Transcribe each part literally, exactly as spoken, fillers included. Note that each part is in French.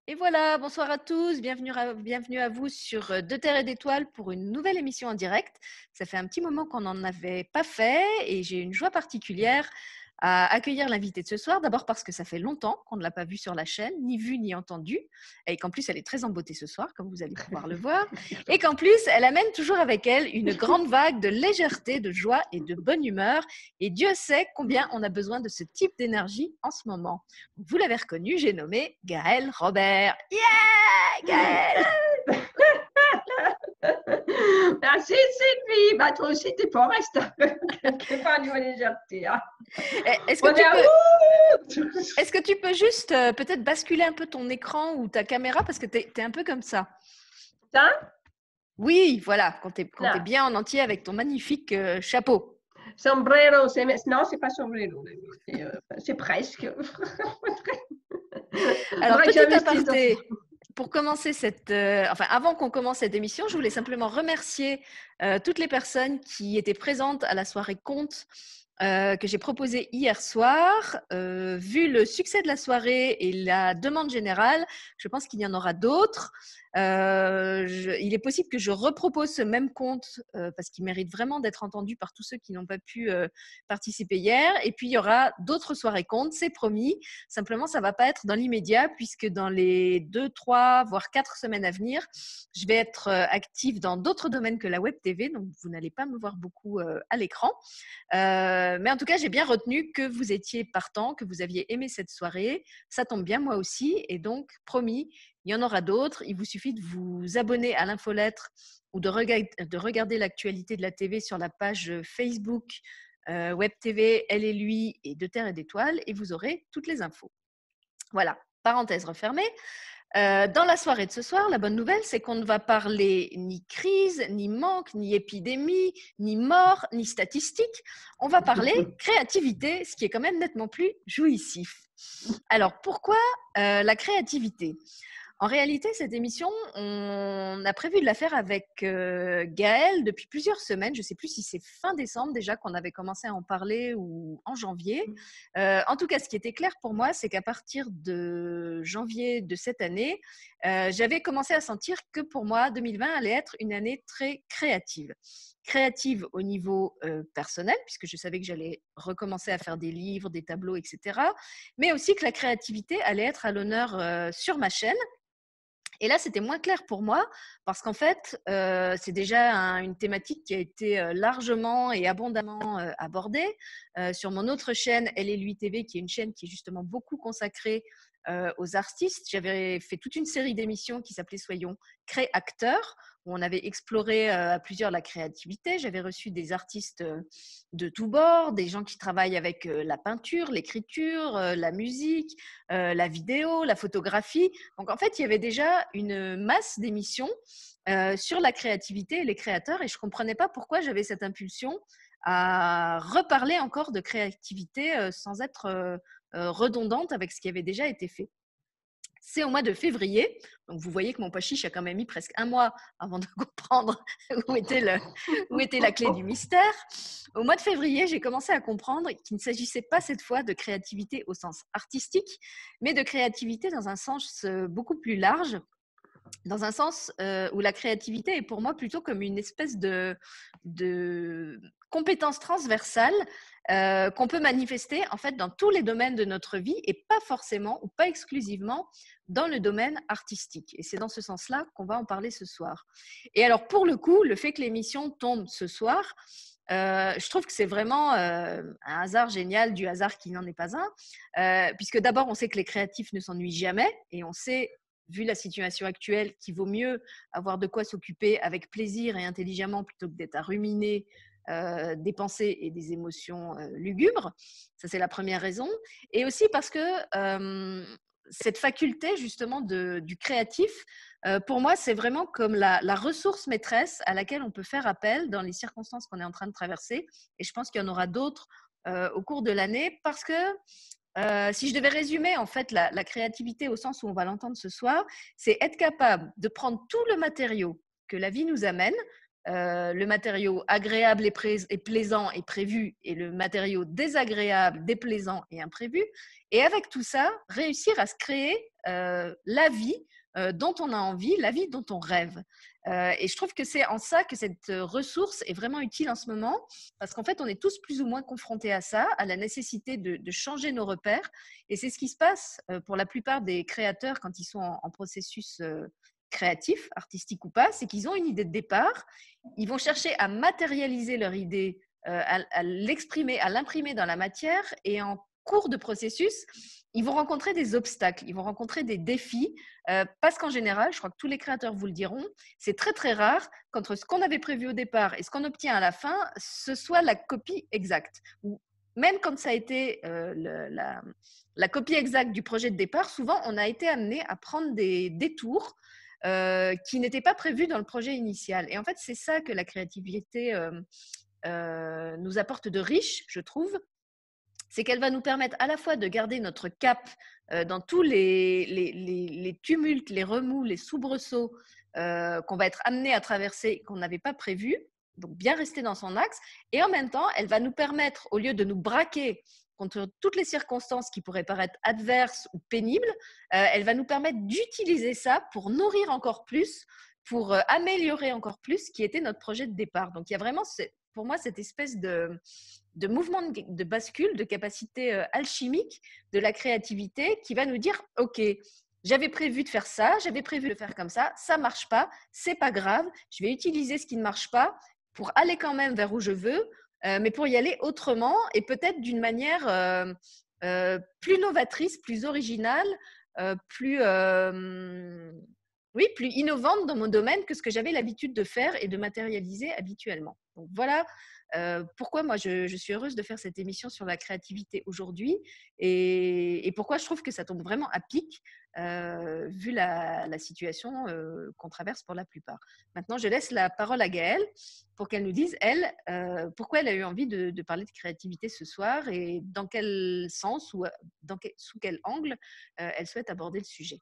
Et voilà, bonsoir à tous, bienvenue à, bienvenue à vous sur euh, De Terre et d'Étoiles pour une nouvelle émission en direct. Ça fait un petit moment qu'on n'en avait pas fait et j'ai une joie particulière à accueillir l'invitée de ce soir. D'abord parce que ça fait longtemps qu'on ne l'a pas vue sur la chaîne, ni vue ni entendue, et qu'en plus elle est très en beauté ce soir, comme vous allez pouvoir le voir, et qu'en plus elle amène toujours avec elle une grande vague de légèreté, de joie et de bonne humeur. Et Dieu sait combien on a besoin de ce type d'énergie en ce moment. Vous l'avez reconnu, j'ai nommé Gaëlle Robert. Yeah, Gaëlle! Merci Sylvie. Bah, toi aussi, t'es pas reste quelque part niveau légèreté. Hein. Est-ce On que, tu est à... peux, est-ce que tu peux juste euh, peut-être basculer un peu ton écran ou ta caméra parce que tu es un peu comme ça. Ça Oui, voilà, quand tu es, quand t'es Là. bien en entier avec ton magnifique euh, chapeau. Sombrero, c'est... non, c'est pas sombrero. C'est, euh, c'est presque. Alors, Faudrait que petit j'investisse dans ça. aparté. Pour commencer cette, euh, enfin, avant qu'on commence cette émission, je voulais simplement remercier euh, toutes les personnes qui étaient présentes à la soirée conte euh, que j'ai proposée hier soir. Euh, vu le succès de la soirée et la demande générale, je pense qu'il y en aura d'autres. Euh, je, il est possible que je repropose ce même conte euh, parce qu'il mérite vraiment d'être entendu par tous ceux qui n'ont pas pu euh, participer hier. Et puis, il y aura d'autres soirées contes, c'est promis. Simplement, ça ne va pas être dans l'immédiat puisque dans les deux, trois, voire quatre semaines à venir, je vais être active dans d'autres domaines que la web T V, donc vous n'allez pas me voir beaucoup euh, à l'écran. Euh, mais en tout cas, j'ai bien retenu que vous étiez partant, que vous aviez aimé cette soirée. Ça tombe bien, moi aussi. Et donc, promis, il y en aura d'autres. Il vous suffit de vous abonner à l'infolettre ou de, rega- de regarder l'actualité de la T V sur la page Facebook euh, Web T V, Elle et Lui et De Terre et d'Étoiles et vous aurez toutes les infos. Voilà, parenthèse refermée. Euh, dans la soirée de ce soir, la bonne nouvelle, c'est qu'on ne va parler ni crise, ni manque, ni épidémie, ni mort, ni statistique. On va parler créativité, ce qui est quand même nettement plus jouissif. Alors, pourquoi euh, la créativité ? En réalité, cette émission, on a prévu de la faire avec euh, Gaëlle depuis plusieurs semaines. Je ne sais plus si c'est fin décembre déjà qu'on avait commencé à en parler ou en janvier. Euh, en tout cas, ce qui était clair pour moi, c'est qu'à partir de janvier de cette année, euh, j'avais commencé à sentir que pour moi, deux mille vingt allait être une année très créative. Créative au niveau euh, personnel, puisque je savais que j'allais recommencer à faire des livres, des tableaux, et cetera. Mais aussi que la créativité allait être à l'honneur euh, sur ma chaîne. Et là, c'était moins clair pour moi parce qu'en fait, euh, c'est déjà un, une thématique qui a été euh, largement et abondamment euh, abordée euh, sur mon autre chaîne, Elle et Lui T V, qui est une chaîne qui est justement beaucoup consacrée euh, aux artistes. J'avais fait toute une série d'émissions qui s'appelait Soyons Créacteurs, où on avait exploré euh, à plusieurs la créativité. J'avais reçu des artistes euh, de tous bords, des gens qui travaillent avec euh, la peinture, l'écriture, euh, la musique, euh, la vidéo, la photographie. Donc en fait, il y avait déjà une masse d'émissions euh, sur la créativité et les créateurs et je ne comprenais pas pourquoi j'avais cette impulsion à reparler encore de créativité euh, sans être euh, euh, redondante avec ce qui avait déjà été fait. C'est au mois de février, donc vous voyez que mon pois chiche a quand même mis presque un mois avant de comprendre où était, le, où était la clé du mystère. Au mois de février, j'ai commencé à comprendre qu'il ne s'agissait pas cette fois de créativité au sens artistique, mais de créativité dans un sens beaucoup plus large, dans un sens euh, où la créativité est pour moi plutôt comme une espèce de, de compétence transversale euh, qu'on peut manifester en fait dans tous les domaines de notre vie et pas forcément ou pas exclusivement dans le domaine artistique. Et c'est dans ce sens-là qu'on va en parler ce soir. Et alors pour le coup, le fait que l'émission tombe ce soir, euh, je trouve que c'est vraiment euh, un hasard génial du hasard qui n'en est pas un, euh, puisque d'abord on sait que les créatifs ne s'ennuient jamais et on sait vu la situation actuelle, qu'il vaut mieux avoir de quoi s'occuper avec plaisir et intelligemment plutôt que d'être à ruminer euh, des pensées et des émotions euh, lugubres. Ça, c'est la première raison. Et aussi parce que euh, cette faculté, justement, de, du créatif, euh, pour moi, c'est vraiment comme la, la ressource maîtresse à laquelle on peut faire appel dans les circonstances qu'on est en train de traverser. Et je pense qu'il y en aura d'autres euh, au cours de l'année parce que euh, si je devais résumer en fait la, la créativité au sens où on va l'entendre ce soir, c'est être capable de prendre tout le matériau que la vie nous amène, euh, le matériau agréable et, et plaisant est prévu et le matériau désagréable, déplaisant et imprévu. Et avec tout ça, réussir à se créer euh, la vie euh, dont on a envie, la vie dont on rêve. Euh, et je trouve que c'est en ça que cette ressource est vraiment utile en ce moment, parce qu'en fait, on est tous plus ou moins confrontés à ça, à la nécessité de, de changer nos repères. Et c'est ce qui se passe euh, pour la plupart des créateurs quand ils sont en, en processus euh, créatif, artistique ou pas, c'est qu'ils ont une idée de départ, ils vont chercher à matérialiser leur idée, euh, à, à l'exprimer, à l'imprimer dans la matière, et en cours de processus, ils vont rencontrer des obstacles, ils vont rencontrer des défis, euh, parce qu'en général, je crois que tous les créateurs vous le diront, c'est très très rare qu'entre ce qu'on avait prévu au départ et ce qu'on obtient à la fin, ce soit la copie exacte. Même quand ça a été euh, le, la, la copie exacte du projet de départ, souvent on a été amené à prendre des détours euh, qui n'étaient pas prévus dans le projet initial. Et en fait, c'est ça que la créativité euh, euh, nous apporte de riche, je trouve. C'est qu'elle va nous permettre à la fois de garder notre cap euh, dans tous les, les, les, les tumultes, les remous, les soubresauts euh, qu'on va être amené à traverser, qu'on n'avait pas prévu. Donc, bien rester dans son axe. Et en même temps, elle va nous permettre, au lieu de nous braquer contre toutes les circonstances qui pourraient paraître adverses ou pénibles, euh, elle va nous permettre d'utiliser ça pour nourrir encore plus, pour euh, améliorer encore plus ce qui était notre projet de départ. Donc, il y a vraiment, pour moi, cette espèce de, de mouvement de, de bascule, de capacité euh, alchimique de la créativité qui va nous dire, OK, j'avais prévu de faire ça, j'avais prévu de faire comme ça, ça ne marche pas, c'est pas grave, je vais utiliser ce qui ne marche pas pour aller quand même vers où je veux, euh, mais pour y aller autrement et peut-être d'une manière euh, euh, plus novatrice, plus originale, euh, plus, euh, oui, plus innovante dans mon domaine que ce que j'avais l'habitude de faire et de matérialiser habituellement. Donc voilà euh, pourquoi moi je, je suis heureuse de faire cette émission sur la créativité aujourd'hui et, et pourquoi je trouve que ça tombe vraiment à pic euh, vu la, la situation euh, qu'on traverse pour la plupart. Maintenant, je laisse la parole à Gaëlle pour qu'elle nous dise, elle, euh, pourquoi elle a eu envie de, de parler de créativité ce soir et dans quel sens ou dans quel, sous quel angle euh, elle souhaite aborder le sujet.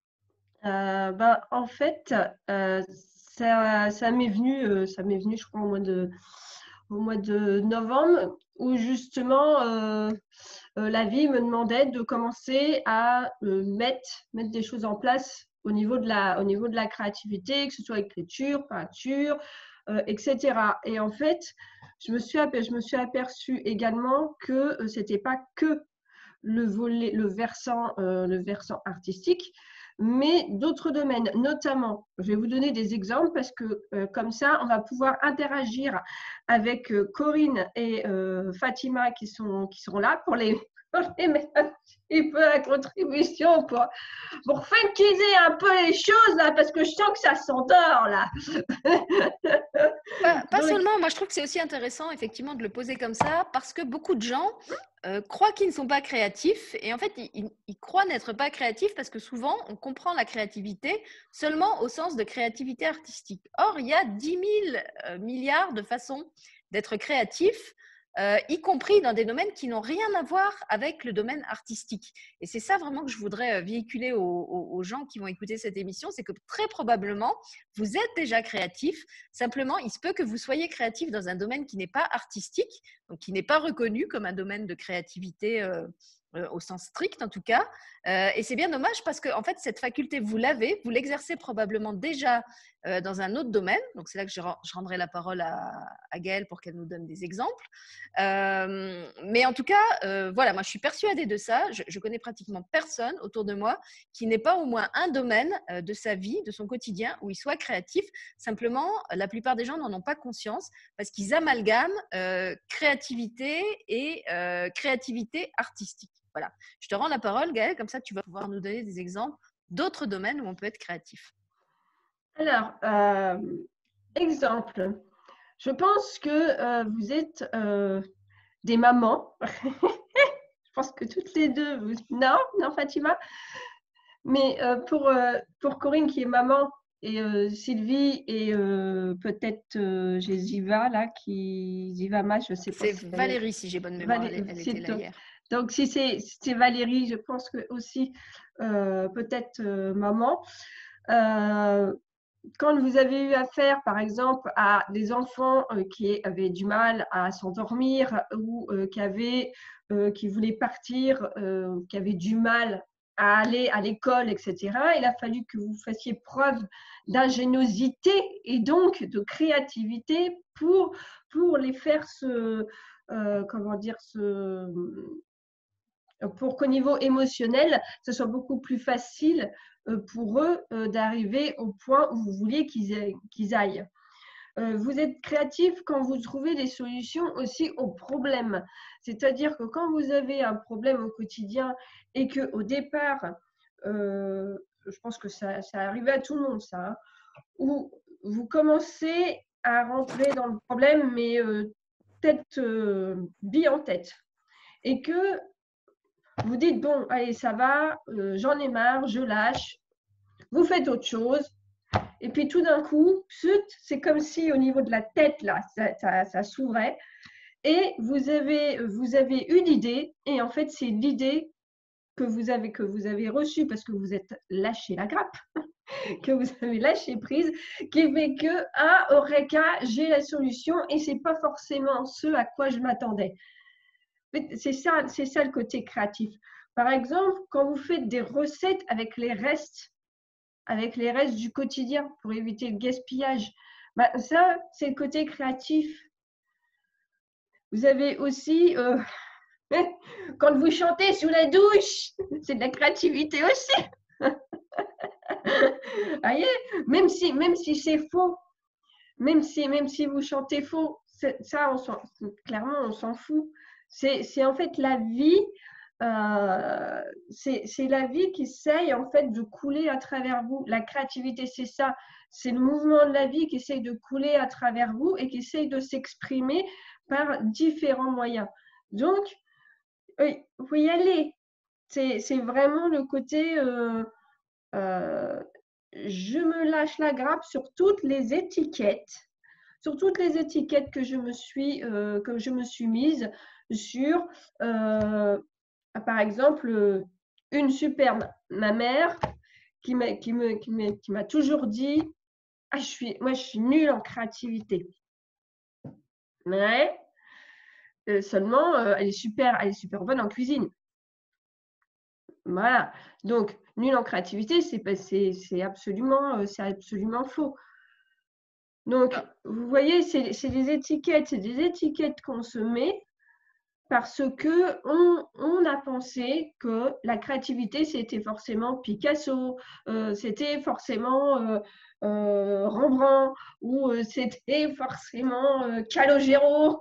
Euh, ben, en fait, euh, ça, ça m'est venu, euh, ça m'est venu, je crois, au mois de, au mois de novembre, où justement euh, euh, la vie me demandait de commencer à euh, mettre, mettre des choses en place au niveau de la, au niveau de la créativité, que ce soit écriture, peinture, euh, et cetera. Et en fait, je me suis, je me suis aperçue également que euh, c'était pas que le volet, le versant, euh, le versant artistique, mais d'autres domaines, notamment, je vais vous donner des exemples parce que euh, comme ça, on va pouvoir interagir avec euh, Corinne et euh, Fatima qui sont, qui sont là pour les, pour les mettre un petit peu à contribution pour, pour funkiser un peu les choses là, parce que je sens que ça s'endort là. Pas, pas seulement, moi je trouve que c'est aussi intéressant effectivement de le poser comme ça parce que beaucoup de gens euh, croient qu'ils ne sont pas créatifs et en fait ils, ils croient n'être pas créatifs parce que souvent on comprend la créativité seulement au sens de créativité artistique. Or, il y a dix mille euh, milliards de façons d'être créatif, euh, y compris dans des domaines qui n'ont rien à voir avec le domaine artistique. Et c'est ça vraiment que je voudrais véhiculer aux, aux, aux gens qui vont écouter cette émission, c'est que très probablement, vous êtes déjà créatif, simplement, il se peut que vous soyez créatif dans un domaine qui n'est pas artistique, donc qui n'est pas reconnu comme un domaine de créativité euh, euh, au sens strict en tout cas. Euh, et c'est bien dommage parce que en fait, cette faculté, vous l'avez, vous l'exercez probablement déjà euh, dans un autre domaine. Donc, c'est là que je, je rendrai la parole à, à Gaëlle pour qu'elle nous donne des exemples. Euh, mais en tout cas, euh, voilà, moi, je suis persuadée de ça. Je, je connais pratiquement personne autour de moi qui n'ait pas au moins un domaine euh, de sa vie, de son quotidien, où il soit créatif. Simplement, la plupart des gens n'en ont pas conscience parce qu'ils amalgament euh, créativité et euh, créativité artistique. Voilà. Je te rends la parole, Gaëlle, comme ça tu vas pouvoir nous donner des exemples d'autres domaines où on peut être créatif. Alors, euh, exemple, je pense que euh, vous êtes euh, des mamans. Je pense que toutes les deux, vous... non, non, Fatima. Mais euh, pour, euh, pour Corinne qui est maman et euh, Sylvie et euh, peut-être euh, j'ai Ziva là, qui Ziva Ma, je sais pas. C'est si Valérie, si j'ai bonne mémoire, Valé... elle, elle était là donc, hier. Donc, si c'est si Valérie, je pense que aussi euh, peut-être euh, maman. Euh, quand vous avez eu affaire, par exemple, à des enfants euh, qui avaient du mal à s'endormir ou euh, qui, avaient, euh, qui voulaient partir, euh, qui avaient du mal à aller à l'école, et cetera, il a fallu que vous fassiez preuve d'ingéniosité et donc de créativité pour, pour les faire se, euh, comment dire, se, pour qu'au niveau émotionnel, ce soit beaucoup plus facile pour eux d'arriver au point où vous vouliez qu'ils aillent. Vous êtes créatif quand vous trouvez des solutions aussi aux problèmes. C'est-à-dire que quand vous avez un problème au quotidien et qu'au départ, euh, je pense que ça, ça arrive à tout le monde, ça, hein, où vous commencez à rentrer dans le problème, mais euh, tête, euh, bille en tête. Et que vous dites, bon, allez, ça va, euh, j'en ai marre, je lâche. Vous faites autre chose. Et puis tout d'un coup, c'est comme si au niveau de la tête, là, ça, ça, ça s'ouvrait. Et vous avez, vous avez une idée. Et en fait, c'est l'idée que vous avez, que vous avez reçue parce que vous êtes lâché la grappe, que vous avez lâché prise, qui fait que, ah, Eureka, j'ai la solution et ce n'est pas forcément ce à quoi je m'attendais. C'est ça, c'est ça le côté créatif. Par exemple, quand vous faites des recettes avec les restes, avec les restes du quotidien pour éviter le gaspillage, bah, ça, c'est le côté créatif. Vous avez aussi, euh, quand vous chantez sous la douche, c'est de la créativité aussi. Voyez, même si, même si c'est faux, même si, même si vous chantez faux, ça, on clairement, on s'en fout. C'est en fait la vie, euh, c'est la vie qui essaye en fait de couler à travers vous. La créativité, c'est ça. C'est le mouvement de la vie qui essaye de couler à travers vous et qui essaye de s'exprimer par différents moyens. Donc, oui, vous y allez. C'est vraiment le côté euh, euh, je me lâche la grappe sur toutes les étiquettes, sur toutes les étiquettes que je me suis, euh, que je me suis mise sur, euh, par exemple, une superbe, ma mère qui m'a qui me, qui qui m'a toujours dit ah, je suis, moi je suis nulle en créativité. Ouais. Euh, seulement, euh, elle est super, elle est super bonne en cuisine. Voilà. Donc, nulle en créativité, c'est absolument, c'est absolument faux. Donc, vous voyez, c'est des étiquettes, c'est des étiquettes qu'on se met parce que on, on, a pensé que la créativité, c'était forcément Picasso, euh, c'était forcément euh, euh, Rembrandt ou euh, c'était forcément euh, Calogero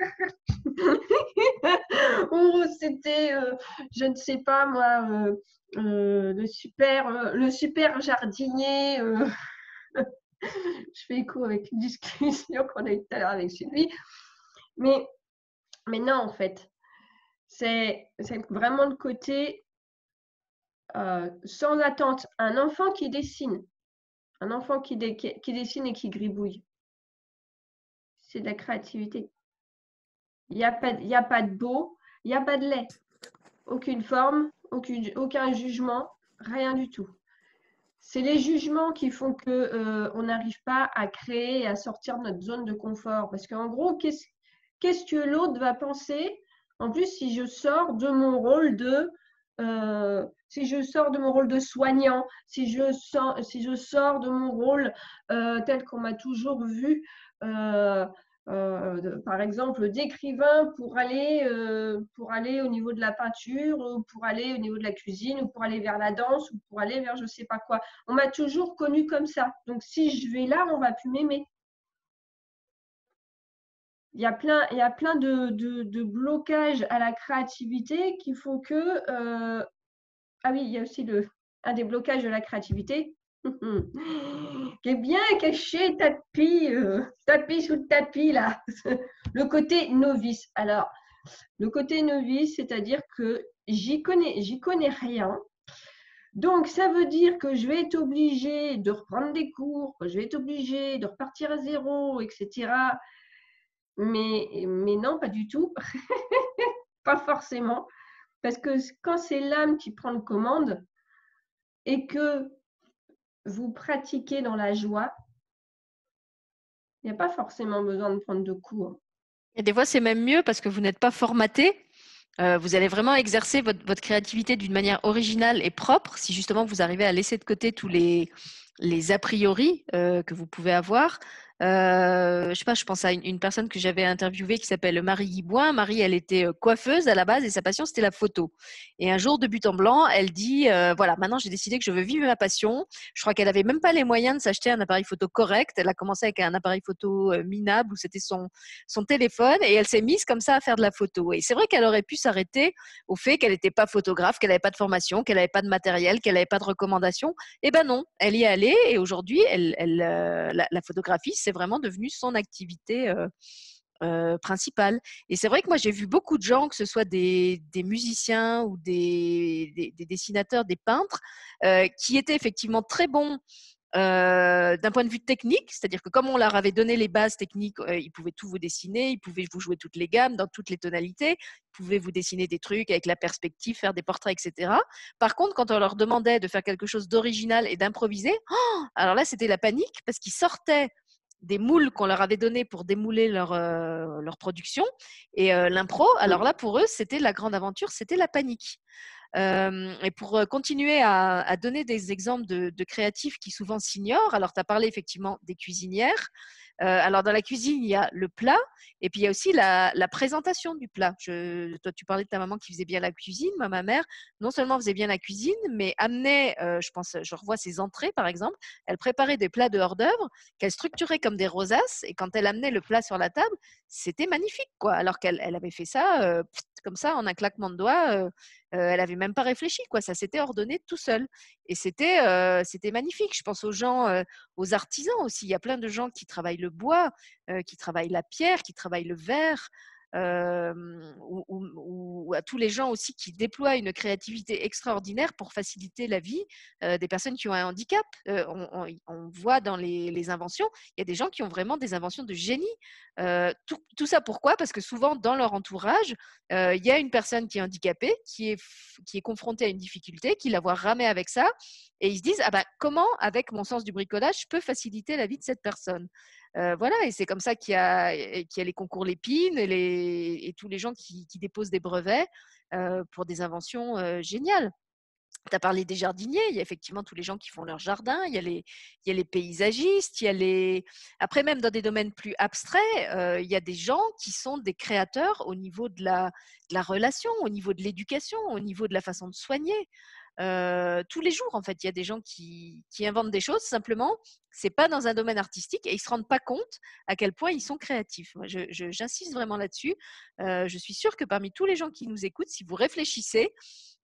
ou c'était, euh, je ne sais pas moi, euh, euh, le, super, euh, le super jardinier. Euh, je fais écho avec une discussion qu'on a eu tout à l'heure avec Sylvie. Mais, mais non, en fait, c'est vraiment le côté euh, sans attente. Un enfant qui dessine, un enfant qui, dé, qui, qui dessine et qui gribouille, c'est de la créativité. Il n'y a, a pas de beau, il n'y a pas de laid. Aucune forme, aucune, aucun jugement, rien du tout. C'est les jugements qui font qu'on euh, n'arrive pas à créer et à sortir de notre zone de confort. Parce qu'en gros, qu'est-ce qu'est-ce que l'autre va penser? En plus, si je sors de mon rôle de, euh, si je sors de mon rôle de soignant, si je sors, si je sors de mon rôle euh, tel qu'on m'a toujours vu, euh, euh, de, par exemple, d'écrivain pour aller, euh, pour aller au niveau de la peinture, ou pour aller au niveau de la cuisine, ou pour aller vers la danse, ou pour aller vers je ne sais pas quoi. On m'a toujours connu comme ça. Donc, si je vais là, on ne va plus m'aimer. Il y a plein, il y a plein de, de, de blocages à la créativité qui font que… Euh... Ah oui, il y a aussi le, un des blocages de la créativité qui est bien caché, tapis, euh, tapis sous le tapis, là. Le côté novice. Alors, le côté novice, c'est-à-dire que j'y connais, j'y connais rien. Donc, ça veut dire que je vais être obligée de reprendre des cours, que je vais être obligée de repartir à zéro, et cetera. Mais, mais non, pas du tout. Pas forcément. Parce que quand c'est l'âme qui prend le commande et que vous pratiquez dans la joie, il n'y a pas forcément besoin de prendre de cours. Et des fois, c'est même mieux parce que vous n'êtes pas formaté. Euh, vous allez vraiment exercer votre, votre créativité d'une manière originale et propre si justement vous arrivez à laisser de côté tous les, les a priori euh, que vous pouvez avoir. Euh, je sais pas, je pense à une, une personne que j'avais interviewée qui s'appelle Marie Guiboin. Marie, elle était euh, coiffeuse à la base et sa passion, c'était la photo. Et un jour, de but en blanc, elle dit, euh, voilà, maintenant j'ai décidé que je veux vivre ma passion. Je crois qu'elle avait même pas les moyens de s'acheter un appareil photo correct. Elle a commencé avec un appareil photo euh, minable où c'était son, son téléphone et elle s'est mise comme ça à faire de la photo. Et c'est vrai qu'elle aurait pu s'arrêter au fait qu'elle n'était pas photographe, qu'elle n'avait pas de formation, qu'elle n'avait pas de matériel, qu'elle n'avait pas de recommandations. Eh ben non, elle y est allée et aujourd'hui, elle, elle, euh, la, la photographie, c'est vraiment devenu son activité euh, euh, principale. Et c'est vrai que moi, j'ai vu beaucoup de gens, que ce soit des, des musiciens ou des, des, des dessinateurs, des peintres, euh, qui étaient effectivement très bons euh, d'un point de vue technique, c'est-à-dire que comme on leur avait donné les bases techniques, euh, ils pouvaient tout vous dessiner, ils pouvaient vous jouer toutes les gammes, dans toutes les tonalités, ils pouvaient vous dessiner des trucs avec la perspective, faire des portraits, et cetera. Par contre, quand on leur demandait de faire quelque chose d'original et d'improviser, oh, alors là, c'était la panique parce qu'ils sortaient des moules qu'on leur avait donnés pour démouler leur, euh, leur production. Et euh, l'impro, alors là, pour eux, c'était la grande aventure, c'était la panique. Euh, et pour euh, continuer à, à donner des exemples de, de créatifs qui souvent s'ignorent, alors tu as parlé effectivement des cuisinières. Euh, alors dans la cuisine, il y a le plat et puis il y a aussi la, la présentation du plat. Je, toi, tu parlais de ta maman qui faisait bien la cuisine. Moi, ma mère, non seulement faisait bien la cuisine, mais amenait, euh, je pense, je revois ses entrées par exemple, elle préparait des plats de hors d'œuvre qu'elle structurait comme des rosaces et quand elle amenait le plat sur la table, c'était magnifique, quoi. Alors qu'elle elle avait fait ça euh, comme ça en un claquement de doigts. Euh, euh, elle avait même pas réfléchi, quoi. Ça s'était ordonné tout seul. Et c'était, euh, c'était magnifique. Je pense aux gens, euh, aux artisans aussi. Il y a plein de gens qui travaillent le bois, euh, qui travaillent la pierre, qui travaillent le verre. Euh, ou, ou- ou à tous les gens aussi qui déploient une créativité extraordinaire pour faciliter la vie euh, des personnes qui ont un handicap. Euh, on, on- on voit dans les, les inventions, il y a des gens qui ont vraiment des inventions de génie. Euh, tout, tout ça pourquoi? Parce que souvent dans leur entourage, euh, il y a une personne qui est handicapée, qui est, qui est confrontée à une difficulté, qui la voit ramer avec ça, et ils se disent, ah ben, comment, avec mon sens du bricolage, je peux faciliter la vie de cette personne. Euh, voilà, et c'est comme ça qu'il y a, qu'il y a les concours Lépine et, les, et tous les gens qui, qui déposent des brevets euh, pour des inventions euh, géniales. Tu as parlé des jardiniers, il y a effectivement tous les gens qui font leur jardin, il y a les, il y a les paysagistes, il y a les... Après, même dans des domaines plus abstraits, euh, il y a des gens qui sont des créateurs au niveau de la, de la relation, au niveau de l'éducation, au niveau de la façon de soigner. Euh, tous les jours, en fait, il y a des gens qui, qui inventent des choses, simplement, c'est pas dans un domaine artistique et ils se rendent pas compte à quel point ils sont créatifs. Moi, je, je, j'insiste vraiment là-dessus. Euh, je suis sûre que parmi tous les gens qui nous écoutent, si vous réfléchissez,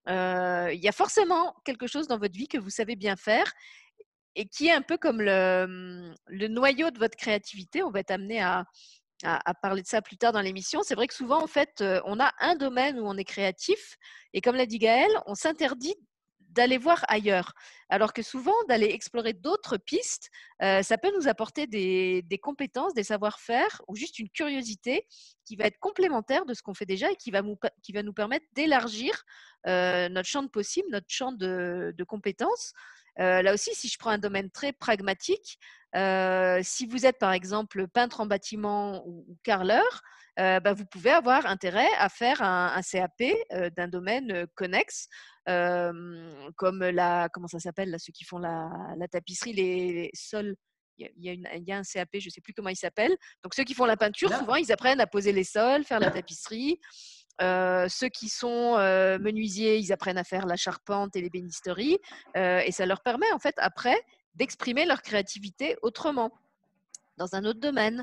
euh, il y a forcément quelque chose dans votre vie que vous savez bien faire et qui est un peu comme le, le noyau de votre créativité. On va être amené à, à, à parler de ça plus tard dans l'émission. C'est vrai que souvent, en fait, euh, on a un domaine où on est créatif et comme l'a dit Gaëlle, on s'interdit d'aller voir ailleurs. Alors que souvent, d'aller explorer d'autres pistes, euh, ça peut nous apporter des, des compétences, des savoir-faire ou juste une curiosité qui va être complémentaire de ce qu'on fait déjà et qui va, nous, qui va nous permettre d'élargir euh, notre champ de possibles, notre champ de, de compétences. Euh, là aussi, si je prends un domaine très pragmatique, euh, si vous êtes par exemple peintre en bâtiment ou, ou carreleur, euh, bah, vous pouvez avoir intérêt à faire un, un C A P euh, d'un domaine euh, connexe, euh, comme la, comment ça s'appelle, là, ceux qui font la, la tapisserie, les, les sols. Il y, a une, il y a un C A P, je ne sais plus comment il s'appelle. Donc ceux qui font la peinture, souvent, ils apprennent à poser les sols, faire la tapisserie. Euh, ceux qui sont euh, menuisiers, ils apprennent à faire la charpente et l'ébénisterie. Euh, et ça leur permet, en fait, après, d'exprimer leur créativité autrement, dans un autre domaine.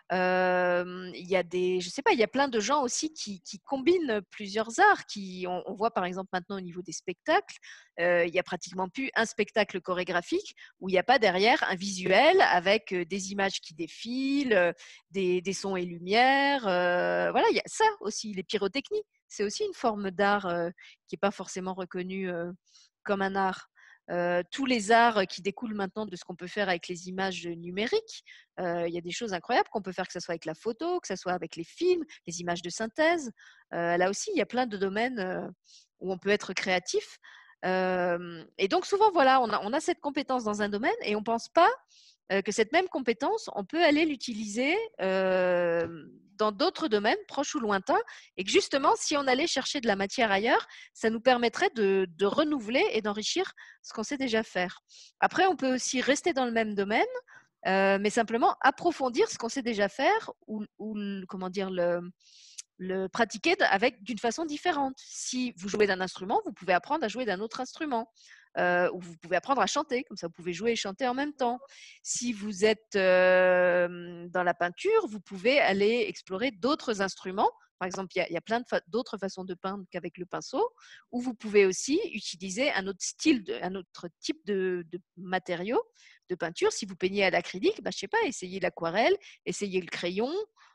Euh, il y a des, je sais pas, il y a plein de gens aussi qui, qui combinent plusieurs arts. Qui, on, on voit par exemple maintenant au niveau des spectacles, euh, il y a pratiquement plus un spectacle chorégraphique où il n'y a pas derrière un visuel avec euh, des images qui défilent, euh, des, des sons et lumières. Euh, voilà, il y a ça aussi, les pyrotechnies. C'est aussi une forme d'art euh, qui n'est pas forcément reconnue euh, comme un art. Euh, tous les arts qui découlent maintenant de ce qu'on peut faire avec les images numériques, euh, il y a des choses incroyables qu'on peut faire, que ce soit avec la photo, que ce soit avec les films, les images de synthèse. Euh, là aussi, il y a plein de domaines euh, où on peut être créatif. Euh, et donc souvent, voilà, on a, on a cette compétence dans un domaine et on ne pense pas euh, que cette même compétence, on peut aller l'utiliser euh, dans d'autres domaines, proches ou lointains, et que justement, si on allait chercher de la matière ailleurs, ça nous permettrait de, de renouveler et d'enrichir ce qu'on sait déjà faire. Après, on peut aussi rester dans le même domaine, euh, mais simplement approfondir ce qu'on sait déjà faire ou, ou comment dire, le, le pratiquer avec d'une façon différente. Si vous jouez d'un instrument, vous pouvez apprendre à jouer d'un autre instrument. Euh, ou vous pouvez apprendre à chanter, comme ça vous pouvez jouer et chanter en même temps. Si vous êtes euh, dans la peinture, vous pouvez aller explorer d'autres instruments. Par exemple, il y a, y a plein fa- d'autres façons de peindre qu'avec le pinceau, ou vous pouvez aussi utiliser un autre style, de, un autre type de, de matériaux de peinture. Si vous peignez à l'acrylique, bah, je sais pas, essayez l'aquarelle, essayez le crayon,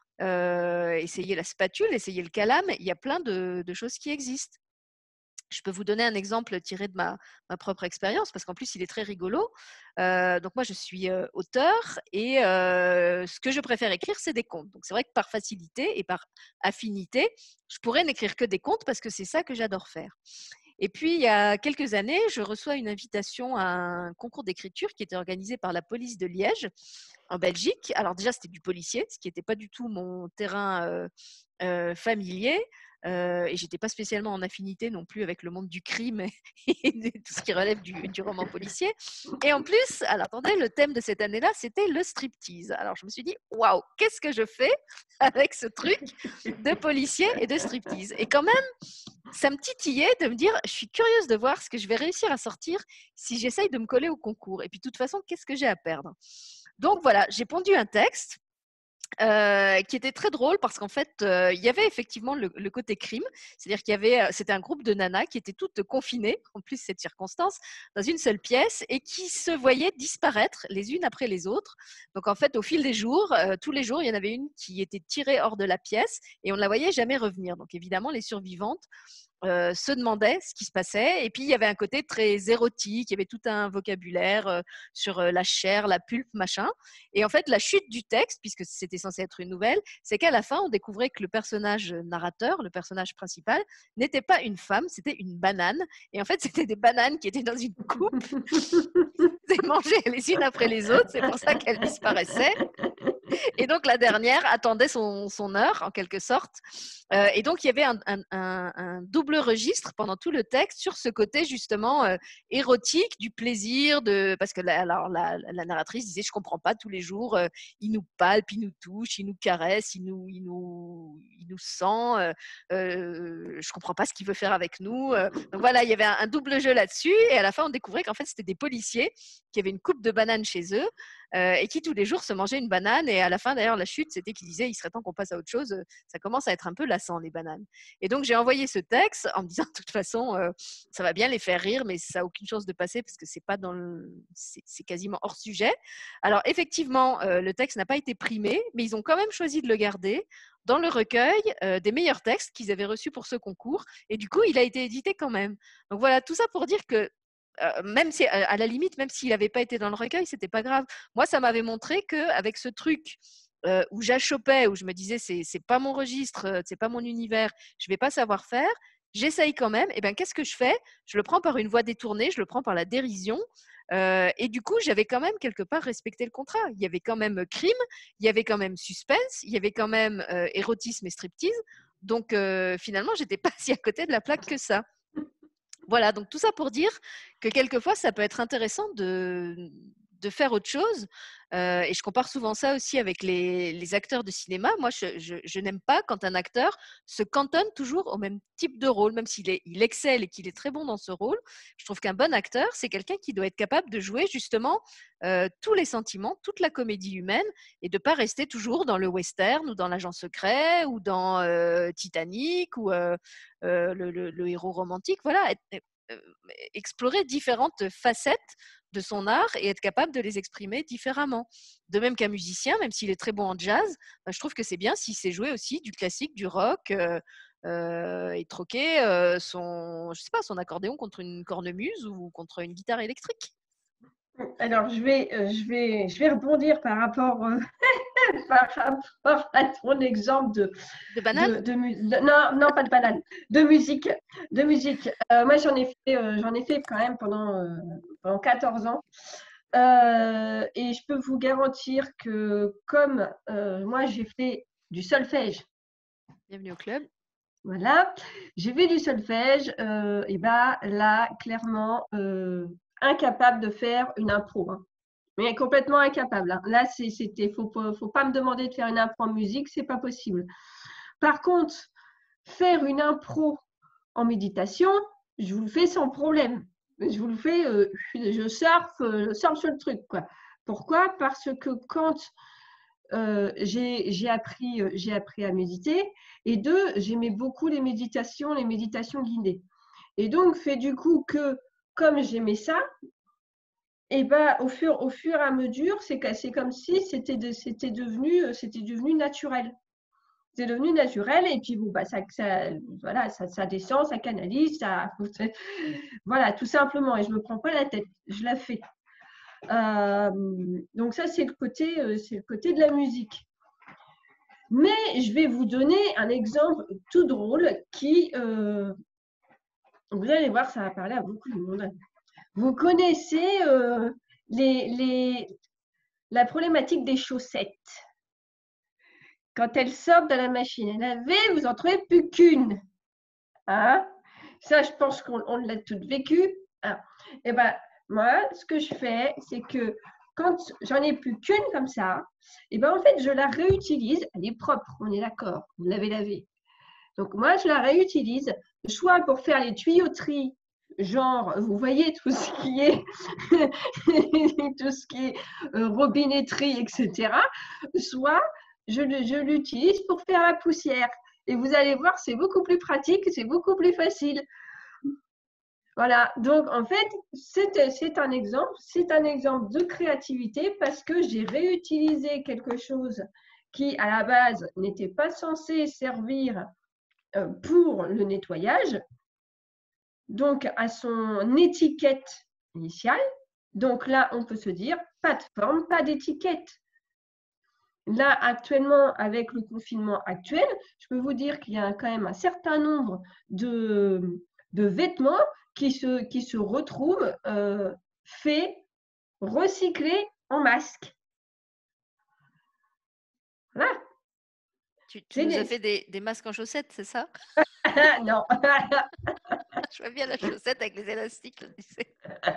euh, essayez la spatule, essayez le calame. Il y a plein de, de choses qui existent. Je peux vous donner un exemple tiré de ma, ma propre expérience, parce qu'en plus, il est très rigolo. Euh, donc moi, je suis euh, auteur et euh, ce que je préfère écrire, c'est des contes. Donc c'est vrai que par facilité et par affinité, je pourrais n'écrire que des contes parce que c'est ça que j'adore faire. Et puis, il y a quelques années, je reçois une invitation à un concours d'écriture qui était organisé par la police de Liège, en Belgique. Alors déjà, c'était du policier, ce qui n'était pas du tout mon terrain euh, euh, familier. Euh, et j'étais pas spécialement en affinité non plus avec le monde du crime et, et de tout ce qui relève du, du roman policier. Et en plus, alors attendez, le thème de cette année-là, c'était le striptease. Alors je me suis dit, waouh, qu'est-ce que je fais avec ce truc de policier et de striptease? Et quand même, ça me titillait de me dire, je suis curieuse de voir ce que je vais réussir à sortir si j'essaye de me coller au concours. Et puis de toute façon, qu'est-ce que j'ai à perdre? Donc voilà, j'ai pondu un texte euh, qui était très drôle parce qu'en fait, euh, il y avait effectivement le, le côté crime, c'est-à-dire qu'il y avait, euh, c'était un groupe de nanas qui étaient toutes confinées, en plus cette circonstance, dans une seule pièce et qui se voyaient disparaître les unes après les autres. Donc en fait, au fil des jours, euh, tous les jours, il y en avait une qui était tirée hors de la pièce et on ne la voyait jamais revenir. Donc évidemment, les survivantes euh, se demandaient ce qui se passait. Et puis, il y avait un côté très érotique, il y avait tout un vocabulaire euh, sur euh, la chair, la pulpe, machin. Et en fait, la chute du texte, puisque c'était censé être une nouvelle, c'est qu'à la fin, on découvrait que le personnage narrateur, le personnage principal, n'était pas une femme, c'était une banane. Et en fait, c'était des bananes qui étaient dans une coupe, et mangées les unes après les autres. C'est pour ça qu'elles disparaissaient. Et donc, la dernière attendait son, son heure, en quelque sorte. Euh, et donc, il y avait un, un, un, un, double registre pendant tout le texte sur ce côté, justement, euh, érotique, du plaisir, de... parce que la, alors, la, la narratrice disait, je ne comprends pas, tous les jours, euh, il nous palpe, il nous touche, il nous caresse, il nous, il nous, il nous sent, euh, euh, je ne comprends pas ce qu'il veut faire avec nous. Euh. Donc, voilà, il y avait un, un double jeu là-dessus. Et à la fin, on découvrait qu'en fait, c'était des policiers qui avaient une coupe de banane chez eux. Euh, et qui tous les jours se mangeaient une banane. Et à la fin, d'ailleurs, la chute, c'était qu'ils disaient il serait temps qu'on passe à autre chose. Ça commence à être un peu lassant, les bananes. Et donc, j'ai envoyé ce texte en me disant de toute façon, euh, ça va bien les faire rire, mais ça n'a aucune chance de passer parce que c'est pas dans le... c'est, c'est quasiment hors sujet. Alors, effectivement, euh, le texte n'a pas été primé, mais ils ont quand même choisi de le garder dans le recueil euh, des meilleurs textes qu'ils avaient reçus pour ce concours. Et du coup, il a été édité quand même. Donc voilà, tout ça pour dire que euh, même si, à la limite, même s'il n'avait pas été dans le recueil, c'était pas grave. Moi, ça m'avait montré qu'avec ce truc euh, où j'achoppais, où je me disais, c'est, c'est pas mon registre, c'est pas mon univers, je vais pas savoir faire, j'essaye quand même. Et bien, qu'est-ce que je fais? Je le prends par une voie détournée, je le prends par la dérision. Euh, et du coup, j'avais quand même quelque part respecté le contrat. Il y avait quand même crime, il y avait quand même suspense, il y avait quand même euh, érotisme et striptease. Donc, euh, finalement, j'étais pas si à côté de la plaque que ça. Voilà, donc tout ça pour dire que quelquefois, ça peut être intéressant de, de faire autre chose. Euh, et je compare souvent ça aussi avec les, les acteurs de cinéma. Moi, je, je, je n'aime pas quand un acteur se cantonne toujours au même type de rôle, même s'il est, il excelle et qu'il est très bon dans ce rôle. Je trouve qu'un bon acteur, c'est quelqu'un qui doit être capable de jouer justement euh, tous les sentiments, toute la comédie humaine, et de ne pas rester toujours dans le western ou dans l'agent secret ou dans euh, Titanic ou euh, euh, le, le, le héros romantique. Voilà, être, euh, explorer différentes facettes de son art et être capable de les exprimer différemment. De même qu'un musicien, même s'il est très bon en jazz, ben, je trouve que c'est bien s'il sait jouer aussi du classique, du rock, euh, euh, et troquer euh, son, je sais pas, son accordéon contre une cornemuse ou contre une guitare électrique. Alors, je vais, euh, je vais, je vais rebondir par rapport, euh, par rapport à ton exemple de, De banane? de, de, mu- de- non, non, pas de banane, de musique, de musique. Euh, moi, j'en ai fait, euh, j'en ai fait quand même pendant, euh, pendant quatorze ans. Euh, et je peux vous garantir que comme euh, moi, j'ai fait du solfège, Bienvenue au club. voilà, j'ai fait du solfège, euh, et ben là, clairement, euh, incapable de faire une impro, hein. Mais complètement incapable, hein. Là, c'est- c'était, faut, pas- faut pas me demander de faire une impro en musique, c'est pas possible. Par contre, faire une impro en méditation, je vous le fais sans problème. Je vous le fais, euh, je surfe, euh, je surfe sur le truc, quoi. Pourquoi? Parce que quand euh, j'ai j'ai appris, euh, j'ai appris à méditer, et deux, j'aimais beaucoup les méditations, les méditations guidées. Et donc, fait du coup que, comme j'aimais ça, et ben, au fur, au fur et à mesure, c'est que- c'est comme si c'était de- c'était devenu, euh, c'était devenu naturel. C'est devenu naturel, et puis bon, bah, ça, ça, voilà, ça, ça descend, ça canalise, ça, voilà, tout simplement. Et je me prends pas la tête, je la fais. Euh, donc ça, c'est le côté, euh, c'est le côté de la musique. Mais je vais vous donner un exemple tout drôle qui, euh, vous allez voir, ça va parler à beaucoup de monde. Vous connaissez euh, les, les, la problématique des chaussettes. Quand elles sortent de la machine à laver, vous n'en trouvez plus qu'une. Hein? Ça, je pense qu'on on l'a toutes vécu. Hein? Et ben, moi, ce que je fais, c'est que quand j'en ai plus qu'une comme ça, et ben en fait, je la réutilise. Elle est propre, on est d'accord, vous l'avez lavée. Donc moi, je la réutilise, soit pour faire les tuyauteries, genre, vous voyez tout ce qui est, tout ce qui est euh, robinetterie, et cetera. Soit je, je l'utilise pour faire la poussière. Et vous allez voir, c'est beaucoup plus pratique, c'est beaucoup plus facile. Voilà, donc en fait, c'est un exemple, c'est un exemple de créativité parce que j'ai réutilisé quelque chose qui, à la base, n'était pas censé servir pour le nettoyage, donc à son étiquette initiale. Donc là, on peut se dire, pas de forme, pas d'étiquette. Là, actuellement, avec le confinement actuel, je peux vous dire qu'il y a quand même un certain nombre de, de vêtements qui se, qui se retrouvent euh, faits, recyclés en masque. Voilà. Tu, tu nous as Des... fait des, des masques en chaussettes, c'est ça? Non. Je vois bien la chaussette avec les élastiques. Là, tu sais.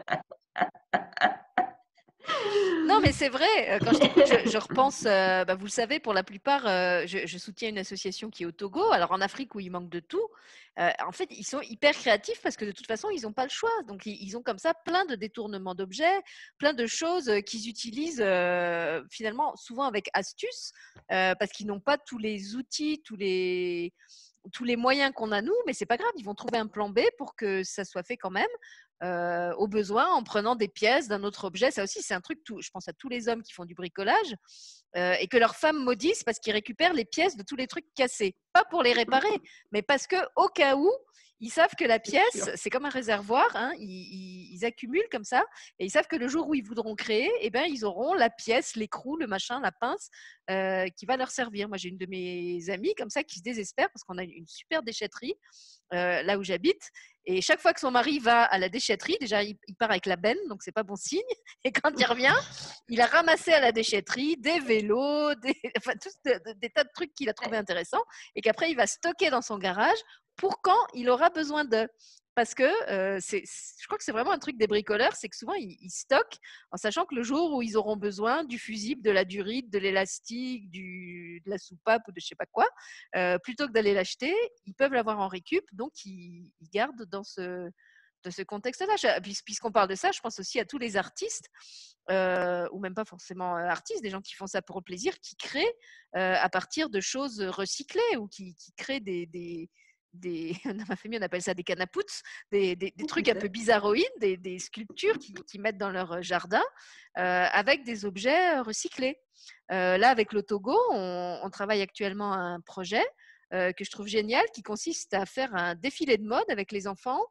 Non, mais c'est vrai, quand je t'écoute, je, je repense, euh, bah, vous le savez, pour la plupart, euh, je, je, soutiens une association qui est au Togo. Alors en Afrique où il manque de tout, euh, en fait, ils sont hyper créatifs parce que de toute façon, ils n'ont pas le choix. Donc ils, ils ont comme ça plein de détournements d'objets, plein de choses qu'ils utilisent euh, finalement souvent avec astuce euh, parce qu'ils n'ont pas tous les outils, tous les tous les moyens qu'on a nous, mais c'est pas grave, ils vont trouver un plan B pour que ça soit fait quand même. Euh, au besoin en prenant des pièces d'un autre objet. Ça aussi, c'est un truc, tout, je pense à tous les hommes qui font du bricolage euh, et que leurs femmes maudissent parce qu'ils récupèrent les pièces de tous les trucs cassés. Pas pour les réparer, mais parce que au cas où, ils savent que la pièce, c'est comme un réservoir, hein, ils, ils, ils, accumulent comme ça, et ils savent que le jour où ils voudront créer, eh ben, ils auront la pièce, l'écrou, le machin, la pince, euh, qui va leur servir. Moi, j'ai une de mes amies comme ça qui se désespère parce qu'on a une super déchetterie euh, là où j'habite, et chaque fois que son mari va à la déchetterie, déjà il, il part avec la benne, donc c'est pas bon signe, et quand il revient, il a ramassé à la déchetterie des vélos, des, enfin, tout, de, des tas de trucs qu'il a trouvé intéressants, et qu'après il va stocker dans son garage pour quand il aura besoin de. Parce que euh, c'est, je crois que c'est vraiment un truc des bricoleurs, c'est que souvent ils, ils stockent en sachant que le jour où ils auront besoin du fusible, de la durite, de l'élastique, du, de la soupape ou de je sais pas quoi, euh, plutôt que d'aller l'acheter, ils peuvent l'avoir en récup, donc ils, ils gardent dans ce, de ce contexte-là. Puisqu'on parle de ça, je pense aussi à tous les artistes, euh, ou même pas forcément artistes, des gens qui font ça pour le plaisir, qui créent euh, à partir de choses recyclées ou qui, qui créent des, des Des, dans ma famille on appelle ça des canapouts, des, des, des trucs un peu bizarroïdes, des, des sculptures qu'ils qui mettent dans leur jardin euh, avec des objets recyclés. Euh, là avec le Togo, on, on travaille actuellement à un projet euh, que je trouve génial qui consiste à faire un défilé de mode avec les enfants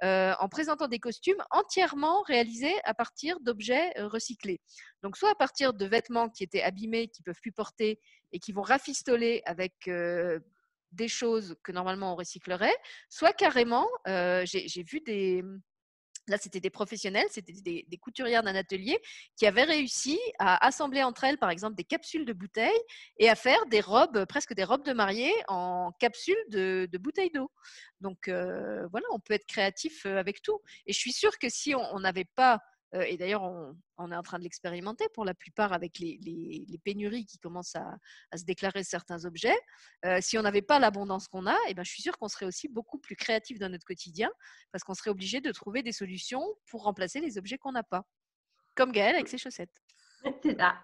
euh, en présentant des costumes entièrement réalisés à partir d'objets euh, recyclés. Donc, soit à partir de vêtements qui étaient abîmés, qui ne peuvent plus porter et qui vont rafistoler avec euh, des choses que normalement on recyclerait, soit carrément, euh, j'ai vu des… Là, c'était des professionnels, c'était des, des couturières d'un atelier qui avaient réussi à assembler entre elles, par exemple, des capsules de bouteilles et à faire des robes, presque des robes de mariée en capsules de, de bouteilles d'eau. Donc, euh, voilà, on peut être créatif avec tout. Et je suis sûre que si on n'avait pas, euh, et d'ailleurs, on, on est en train de l'expérimenter pour la plupart avec les, les, les pénuries qui commencent à, à se déclarer certains objets, euh, si on n'avait pas l'abondance qu'on a, eh ben, je suis sûre qu'on serait aussi beaucoup plus créatif dans notre quotidien parce qu'on serait obligé de trouver des solutions pour remplacer les objets qu'on n'a pas. Comme Gaëlle avec ses chaussettes. C'est ça.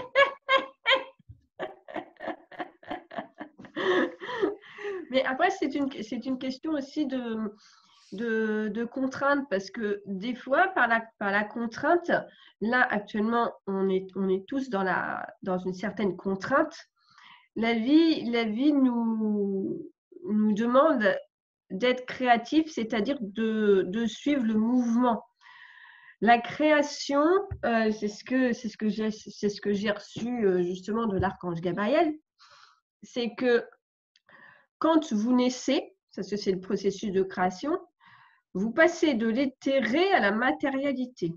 Mais après, c'est une, c'est une question aussi de, de, de contrainte, parce que des fois, par la, par la contrainte, là, actuellement, on est, on est tous dans, la, dans une certaine contrainte. La vie, la vie nous, nous demande d'être créatif, c'est-à-dire de, de suivre le mouvement. La création, euh, c'est ce que c'est ce que j'ai c'est ce que j'ai reçu euh, justement de l'archange Gabriel, c'est que quand vous naissez, ça c'est le processus de création, vous passez de l'éthéré à la matérialité.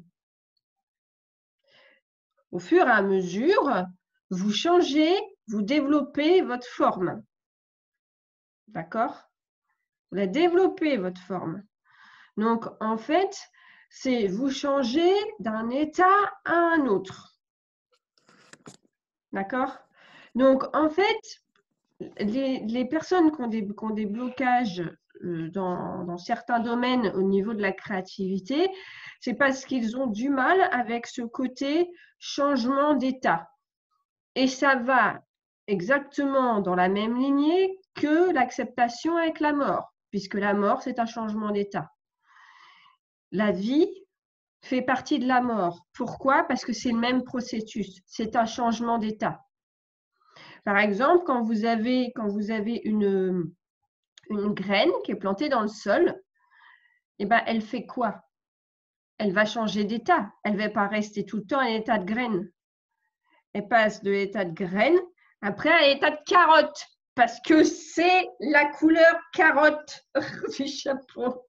Au fur et à mesure, vous changez, vous développez votre forme. D'accord? Vous la développez, votre forme. Donc, en fait, c'est vous changez d'un état à un autre. D'accord? Donc, en fait, les, les personnes qui ont des, qui ont des blocages euh, dans, dans certains domaines au niveau de la créativité, c'est parce qu'ils ont du mal avec ce côté changement d'état. Et ça va exactement dans la même lignée que l'acceptation avec la mort, puisque la mort, c'est un changement d'état. La vie fait partie de la mort. Pourquoi? Parce que c'est le même processus. C'est un changement d'état. Par exemple, quand vous avez, quand vous avez une, une graine qui est plantée dans le sol, eh ben, elle fait quoi? Elle va changer d'état. Elle ne va pas rester tout le temps à l'état de graine. Elle passe de l'état de graine après à l'état de carotte, parce que c'est la couleur carotte du chapeau.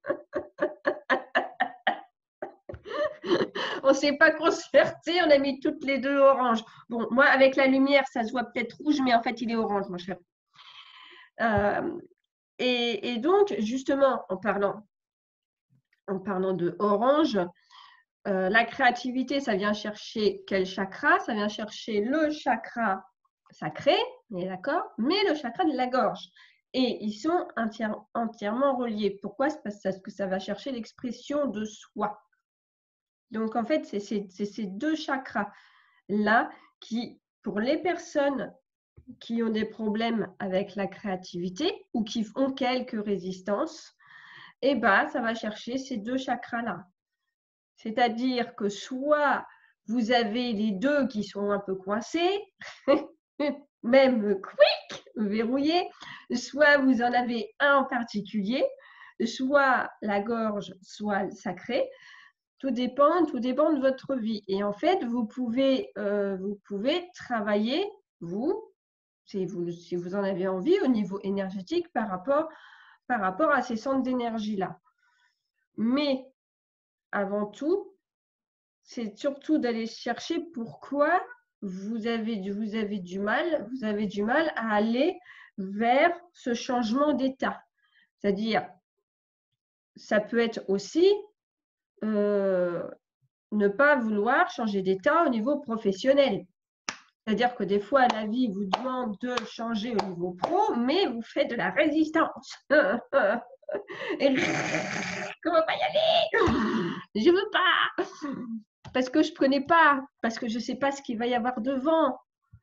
On ne s'est pas concerté, on a mis toutes les deux orange. Bon, moi, avec la lumière, ça se voit peut-être rouge, mais en fait, il est orange, mon cher. Euh, et, et donc, justement, en parlant, en parlant de orange, euh, la créativité, ça vient chercher quel chakra? Ça vient chercher le chakra sacré, on est d'accord, mais le chakra de la gorge. Et ils sont entière, entièrement reliés. Pourquoi? C'est parce que ça va chercher l'expression de soi. Donc, en fait, c'est ces deux chakras-là qui, pour les personnes qui ont des problèmes avec la créativité ou qui ont quelques résistances, eh ben, ça va chercher ces deux chakras-là. C'est-à-dire que soit vous avez les deux qui sont un peu coincés, même quick, verrouillés, soit vous en avez un en particulier, soit la gorge, soit le sacré. Tout dépend, tout dépend de votre vie. Et en fait, vous pouvez, euh, vous pouvez travailler, vous si, vous, si vous en avez envie, au niveau énergétique par rapport, par rapport à ces centres d'énergie-là. Mais avant tout, c'est surtout d'aller chercher pourquoi vous avez, vous avez du mal, vous avez du mal à aller vers ce changement d'état. C'est-à-dire, ça peut être aussi euh, ne pas vouloir changer d'état au niveau professionnel. C'est-à-dire que des fois, la vie vous demande de changer au niveau pro, mais vous faites de la résistance. Et comment pas y aller? Je veux pas. Parce que je ne connais pas, parce que je ne sais pas ce qu'il va y avoir devant.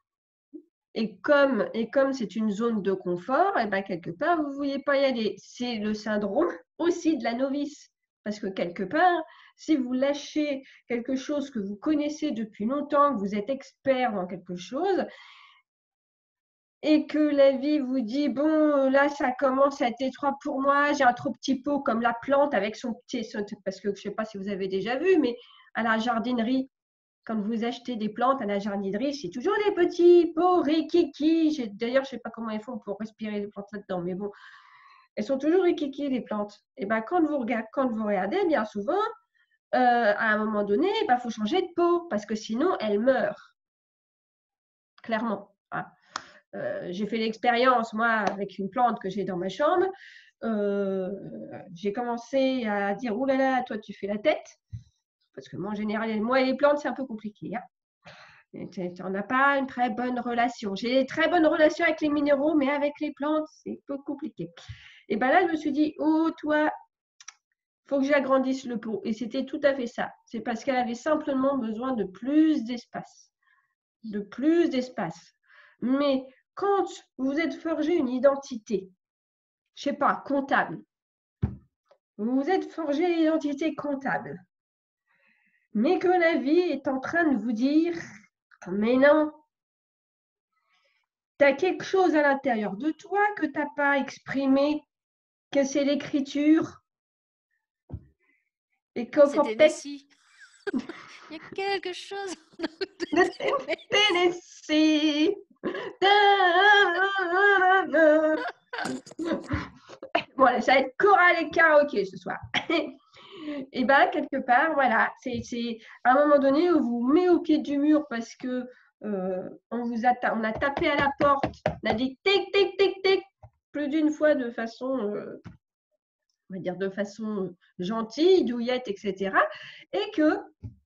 Et comme et comme c'est une zone de confort, et ben quelque part, vous ne vouliez pas y aller. C'est le syndrome aussi de la novice. Parce que quelque part, si vous lâchez quelque chose que vous connaissez depuis longtemps, que vous êtes expert dans quelque chose, et que la vie vous dit, bon, là, ça commence à être étroit pour moi, j'ai un trop petit pot comme la plante avec son petit, parce que je ne sais pas si vous avez déjà vu, mais à la jardinerie, quand vous achetez des plantes à la jardinerie, c'est toujours des petits pots rikiki. D'ailleurs, je ne sais pas comment ils font pour respirer les plantes là-dedans, mais bon, elles sont toujours rikiki, les plantes. Et ben, quand vous regardez, quand vous regardez, bien souvent, euh, à un moment donné, il ben, faut changer de pot, parce que sinon, elles meurent. Clairement. Ah. Euh, j'ai fait l'expérience, moi, avec une plante que j'ai dans ma chambre. Euh, j'ai commencé à dire, oh là là, toi, tu fais la tête. Parce que moi, en général, moi et les plantes, c'est un peu compliqué. Hein. On n'a pas une très bonne relation. J'ai une très bonne relation avec les minéraux, mais avec les plantes, c'est un peu compliqué. Et bien là, je me suis dit, oh, toi, il faut que j'agrandisse le pot. Et c'était tout à fait ça. C'est parce qu'elle avait simplement besoin de plus d'espace. De plus d'espace. Mais quand vous êtes forgé une identité, je ne sais pas, comptable, vous vous êtes forgé une identité comptable, mais que la vie est en train de vous dire, mais non, tu as quelque chose à l'intérieur de toi que tu n'as pas exprimé, que c'est l'écriture. Et qu'en fait, il y a quelque chose de Tennessee. Bon, ça va être chorale et karaoké ce soir. Et bien, quelque part, voilà, c'est à un moment donné où vous met au pied du mur parce que euh, on vous a, on a tapé à la porte, on a dit tic, tic, tic, tic, plus d'une fois de façon, euh, on va dire de façon gentille, douillette, et cetera. Et que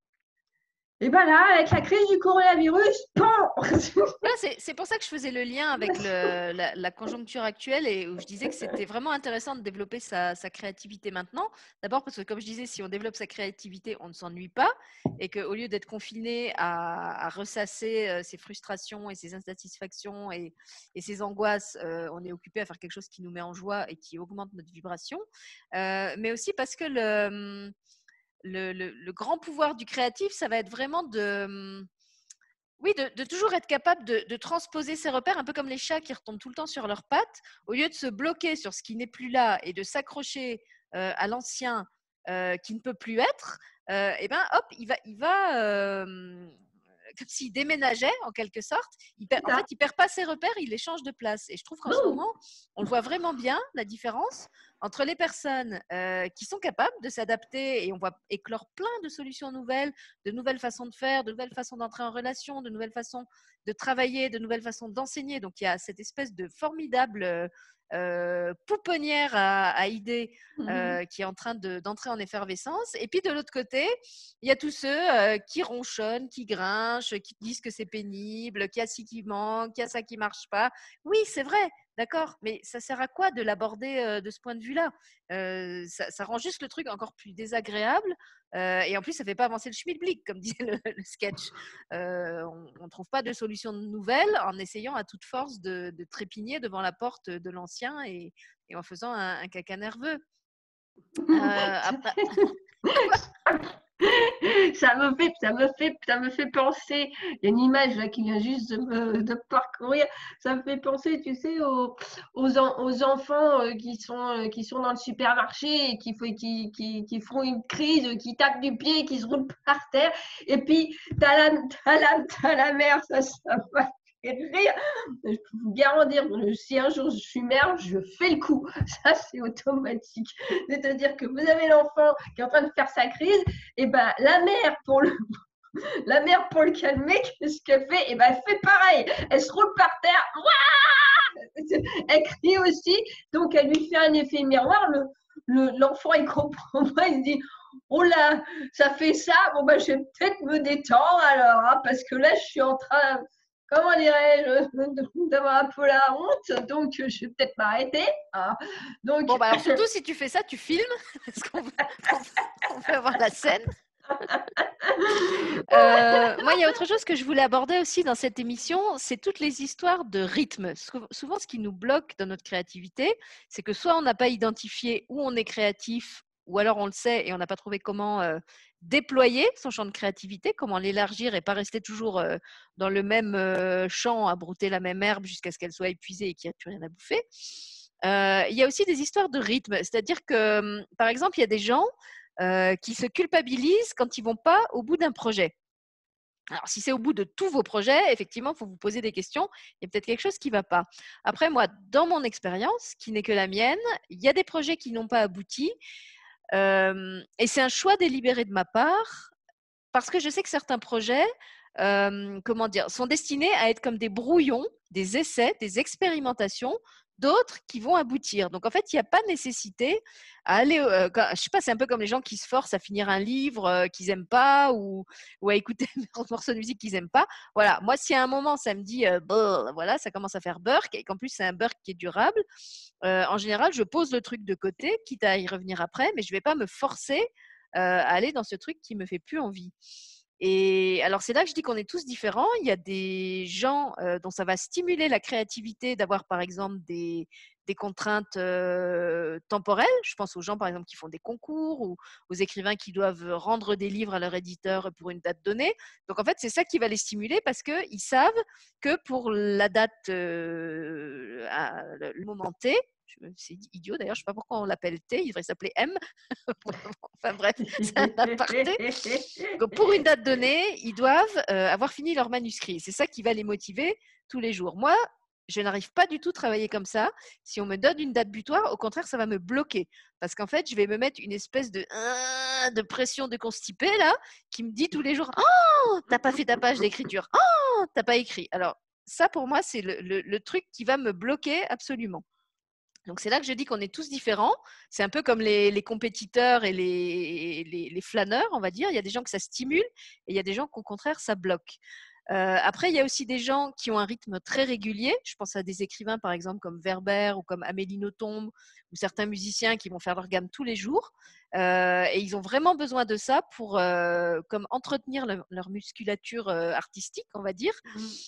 et bien là, avec la crise du coronavirus, c'est pour ça que je faisais le lien avec le, la, la conjoncture actuelle et où je disais que c'était vraiment intéressant de développer sa, sa créativité maintenant. D'abord parce que, comme je disais, si on développe sa créativité, on ne s'ennuie pas et qu'au lieu d'être confiné à, à ressasser euh, ses frustrations et ses insatisfactions et, et ses angoisses, euh, on est occupé à faire quelque chose qui nous met en joie et qui augmente notre vibration. Euh, mais aussi parce que le... Le, le, le grand pouvoir du créatif, ça va être vraiment de, oui, de, de toujours être capable de, de transposer ses repères, un peu comme les chats qui retombent tout le temps sur leurs pattes, au lieu de se bloquer sur ce qui n'est plus là et de s'accrocher euh, à l'ancien euh, qui ne peut plus être. Euh, et ben, hop, il va, il va euh, comme s'il déménageait en quelque sorte. Il perd, en fait, il perd pas ses repères, il les change de place. Et je trouve qu'en ce moment, on le voit vraiment bien, la différence entre les personnes euh, qui sont capables de s'adapter et on voit éclore plein de solutions nouvelles, de nouvelles façons de faire, de nouvelles façons d'entrer en relation, de nouvelles façons de travailler, de nouvelles façons d'enseigner. Donc, il y a cette espèce de formidable euh, pouponnière à, à idées euh, qui est en train de, d'entrer en effervescence. Et puis, de l'autre côté, il y a tous ceux euh, qui ronchonnent, qui grinchent, qui disent que c'est pénible, qu'il y a ci qui manque, qu'il y a ça qui ne marche pas. Oui, c'est vrai. D'accord, mais ça sert à quoi de l'aborder euh, de ce point de vue-là euh, ça, ça rend juste le truc encore plus désagréable euh, et en plus, ça ne fait pas avancer le schmilblick, comme disait le, le sketch. Euh, on ne trouve pas de solution nouvelle en essayant à toute force de, de trépigner devant la porte de l'ancien et, et en faisant un, un caca nerveux. Euh, après... ça me fait, ça me fait, ça me fait penser. Il y a une image là qui vient juste de me de parcourir. Ça me fait penser, tu sais, aux, aux, aux enfants qui sont, qui sont dans le supermarché et qui, qui, qui, qui font une crise, qui tapent du pied, qui se roulent par terre. Et puis, t'as la, t'as la, t'as la mère, ça, ça va rire. Je peux vous garantir, si un jour je suis mère, je fais le coup. Ça, c'est automatique. C'est-à-dire que vous avez l'enfant qui est en train de faire sa crise, et ben la mère pour le la mère pour le calmer, qu'est-ce qu'elle fait? Et ben elle fait pareil. Elle se roule par terre. Ouah, elle crie aussi. Donc elle lui fait un effet miroir. Le, le, l'enfant il comprend pas. Il se dit oh là, ça fait ça. Bon ben je vais peut-être me détendre alors, hein, parce que là je suis en train, comment dirais-je, d'avoir un peu la honte, donc je vais peut-être m'arrêter. Hein. Donc... Bon, bah alors surtout si tu fais ça, tu filmes, parce qu'on veut, on veut avoir la scène. euh, moi, il y a autre chose que je voulais aborder aussi dans cette émission, c'est toutes les histoires de rythme. Souvent, ce qui nous bloque dans notre créativité, c'est que soit on n'a pas identifié où on est créatif, ou alors on le sait et on n'a pas trouvé comment euh, déployer son champ de créativité, comment l'élargir et pas rester toujours euh, dans le même euh, champ à brouter la même herbe jusqu'à ce qu'elle soit épuisée et qu'il n'y ait plus rien à bouffer. Euh, il y a aussi des histoires de rythme, c'est-à-dire que, par exemple, il y a des gens euh, qui se culpabilisent quand ils ne vont pas au bout d'un projet. Alors, si c'est au bout de tous vos projets, effectivement, il faut vous poser des questions. Il y a peut-être quelque chose qui ne va pas. Après, moi, dans mon expérience, qui n'est que la mienne, il y a des projets qui n'ont pas abouti. Euh, et c'est un choix délibéré de ma part, parce que je sais que certains projets, euh, comment dire, sont destinés à être comme des brouillons, des essais, des expérimentations, d'autres qui vont aboutir. Donc, en fait, il n'y a pas nécessité à aller, euh, quand, je ne sais pas, c'est un peu comme les gens qui se forcent à finir un livre euh, qu'ils n'aiment pas ou, ou à écouter un morceau de musique qu'ils n'aiment pas. Voilà, moi, si à un moment, ça me dit, euh, brrr, voilà, ça commence à faire burk et qu'en plus, c'est un burk qui est durable, euh, en général, je pose le truc de côté, quitte à y revenir après, mais je ne vais pas me forcer euh, à aller dans ce truc qui ne me fait plus envie. Et alors, c'est là que je dis qu'on est tous différents. Il y a des gens euh, dont ça va stimuler la créativité d'avoir, par exemple, des, des contraintes euh, temporelles. Je pense aux gens, par exemple, qui font des concours ou aux écrivains qui doivent rendre des livres à leur éditeur pour une date donnée. Donc, en fait, c'est ça qui va les stimuler parce qu'ils savent que pour la date, euh, à, le moment T, c'est idiot d'ailleurs, je ne sais pas pourquoi on l'appelle T, il devrait s'appeler M. Enfin bref, c'est un aparté. Donc, pour une date donnée, ils doivent euh, avoir fini leur manuscrit. C'est ça qui va les motiver tous les jours. Moi, je n'arrive pas du tout à travailler comme ça. Si on me donne une date butoir, au contraire, ça va me bloquer. Parce qu'en fait, je vais me mettre une espèce de, euh, de pression de constipé, là, qui me dit tous les jours « Oh, t'as pas fait ta page d'écriture. Oh, t'as pas écrit. » Alors, ça, pour moi, c'est le, le, le truc qui va me bloquer absolument. Donc, c'est là que je dis qu'on est tous différents. C'est un peu comme les, les compétiteurs et les, les, les flâneurs, on va dire. Il y a des gens que ça stimule et il y a des gens qu'au contraire, ça bloque. Euh, après, il y a aussi des gens qui ont un rythme très régulier. Je pense à des écrivains, par exemple, comme Werber ou comme Amélie Nothomb ou certains musiciens qui vont faire leur gamme tous les jours. Euh, et ils ont vraiment besoin de ça pour euh, comme entretenir le, leur musculature euh, artistique, on va dire.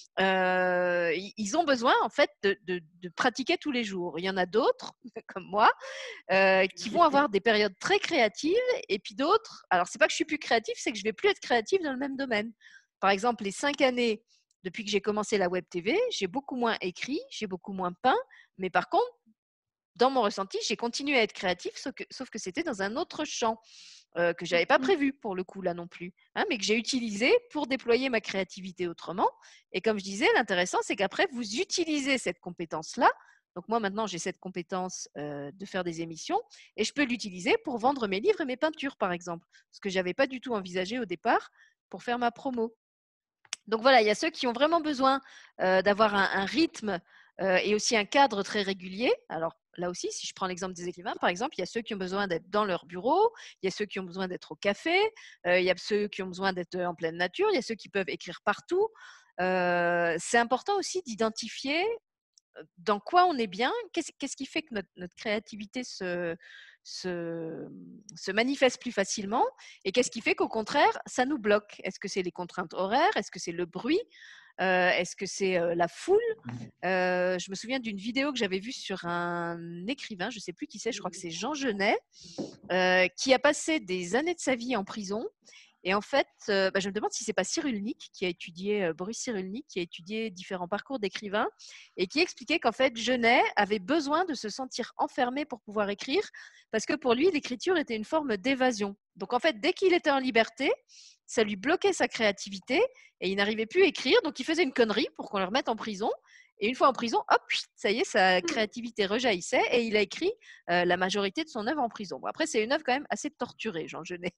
Euh, ils ont besoin, en fait, de, de, de pratiquer tous les jours. Il y en a d'autres, comme moi, euh, qui vont avoir des périodes très créatives et puis d'autres. Alors, c'est pas que je suis plus créative, c'est que je vais plus être créative dans le même domaine. Par exemple, les cinq années depuis que j'ai commencé la web T V, j'ai beaucoup moins écrit, j'ai beaucoup moins peint, mais par contre, dans mon ressenti, j'ai continué à être créatif, sauf que, sauf que c'était dans un autre champ euh, que je n'avais pas prévu pour le coup là non plus, hein, mais que j'ai utilisé pour déployer ma créativité autrement. Et comme je disais, l'intéressant, c'est qu'après, vous utilisez cette compétence-là. Donc moi, maintenant, j'ai cette compétence euh, de faire des émissions et je peux l'utiliser pour vendre mes livres et mes peintures, par exemple, ce que je n'avais pas du tout envisagé au départ pour faire ma promo. Donc voilà, il y a ceux qui ont vraiment besoin euh, d'avoir un, un rythme euh, et aussi un cadre très régulier. Alors là aussi, si je prends l'exemple des écrivains, par exemple, il y a ceux qui ont besoin d'être dans leur bureau, il y a ceux qui ont besoin d'être au café, euh, il y a ceux qui ont besoin d'être en pleine nature, il y a ceux qui peuvent écrire partout. Euh, c'est important aussi d'identifier dans quoi on est bien, qu'est-ce, qu'est-ce qui fait que notre, notre créativité se, se, se manifeste plus facilement et qu'est-ce qui fait qu'au contraire, ça nous bloque. Est-ce que c'est les contraintes horaires? Est-ce que c'est le bruit? euh, Est-ce que c'est euh, la foule? euh, Je me souviens d'une vidéo que j'avais vue sur un écrivain, je ne sais plus qui c'est, je crois que c'est Jean Genet, euh, qui a passé des années de sa vie en prison. Et en fait, euh, bah, je me demande si c'est pas Cyrulnik qui a étudié, euh, Boris Cyrulnik, qui a étudié différents parcours d'écrivains et qui expliquait qu'en fait, Genet avait besoin de se sentir enfermé pour pouvoir écrire parce que pour lui, l'écriture était une forme d'évasion. Donc en fait, dès qu'il était en liberté, ça lui bloquait sa créativité et il n'arrivait plus à écrire. Donc il faisait une connerie pour qu'on le remette en prison. Et une fois en prison, hop, ça y est, sa créativité rejaillissait et il a écrit euh, la majorité de son œuvre en prison. Bon, après, c'est une œuvre quand même assez torturée, Jean Genet.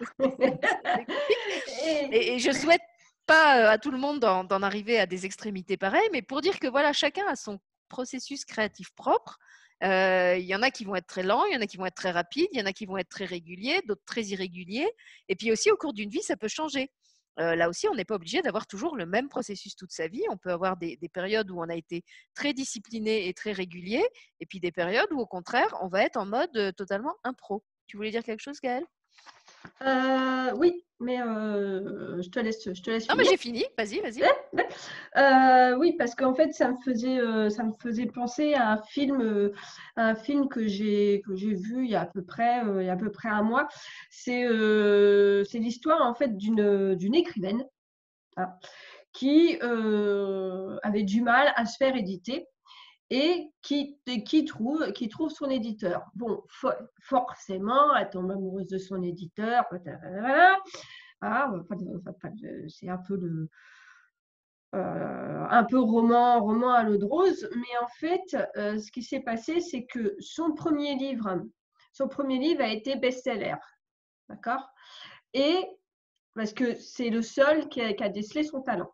et, et je souhaite pas à tout le monde d'en, d'en arriver à des extrémités pareilles, mais pour dire que voilà, chacun a son processus créatif propre. Euh, il y en a qui vont être très lents, il y en a qui vont être très rapides, il y en a qui vont être très réguliers, d'autres très irréguliers. Et puis aussi, au cours d'une vie, ça peut changer. Euh, là aussi, on n'est pas obligé d'avoir toujours le même processus toute sa vie. On peut avoir des, des périodes où on a été très discipliné et très régulier, et puis des périodes où, au contraire, on va être en mode euh, totalement impro. Tu voulais dire quelque chose, Gaëlle ? Euh, oui, mais euh, je te laisse, je te laisse Non, mais finir. j'ai fini. Vas-y, vas-y. Euh, oui, parce qu'en fait, ça me faisait, euh, ça me faisait penser à un film, euh, un film que j'ai que j'ai vu il y a à peu près, euh, il y a à peu près un mois. C'est euh, c'est l'histoire en fait d'une d'une écrivaine, hein, qui euh, avait du mal à se faire éditer et qui, qui, trouve, qui trouve son éditeur. Bon, fo forcément, elle tombe amoureuse de son éditeur. Voilà. Ah, c'est un peu le, euh, un peu roman, roman à l'eau de rose, mais en fait, euh, ce qui s'est passé, c'est que son premier livre, son premier livre a été best-seller, d'accord? Et parce que c'est le seul qui a, qui a décelé son talent.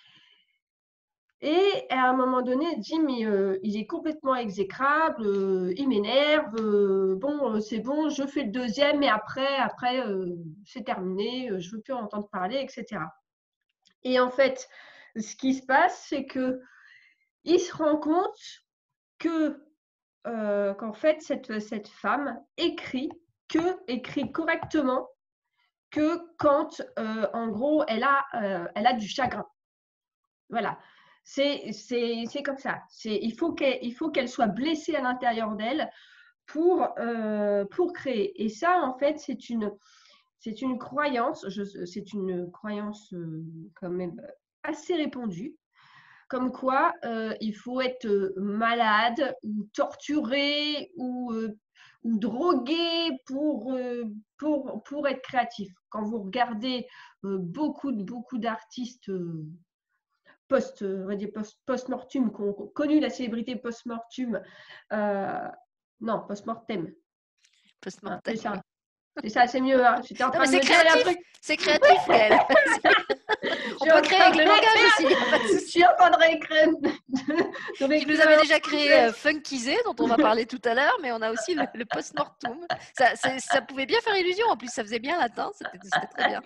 Et à un moment donné, elle dit, mais euh, il est complètement exécrable, euh, il m'énerve, euh, bon, euh, c'est bon, je fais le deuxième, mais après, après euh, c'est terminé, euh, je ne veux plus en entendre parler, et cetera. Et en fait, ce qui se passe, c'est que il se rend compte que euh, qu'en fait, cette, cette femme écrit que, écrit correctement que quand, euh, en gros, elle a, euh, elle a du chagrin. Voilà. C'est comme ça. Il faut qu'elle qu soit blessée à l'intérieur d'elle pour, euh, pour créer. Et ça, en fait, c'est une, c'est une croyance, c'est une croyance euh, quand même assez répandue, comme quoi euh, il faut être malade ou torturé ou, euh, ou drogué pour, euh, pour, pour être créatif. Quand vous regardez euh, beaucoup, beaucoup d'artistes euh, post, post, post-mortem, qui ont connu la célébrité post-mortem, euh, non, post-mortem. Post-mortem. C'est ça, c'est ça, c'est mieux. Hein. J'étais en train de me créatif. dire un truc. C'est créatif, Gaëlle. On peut créer avec le langage aussi. Je suis en train de réécrire. Tu nous avais déjà créé euh, Funkisé, dont on va parler tout à l'heure, mais on a aussi le, le post-mortem. Ça, ça pouvait bien faire illusion. En plus, ça faisait bien latin. C'était très bien.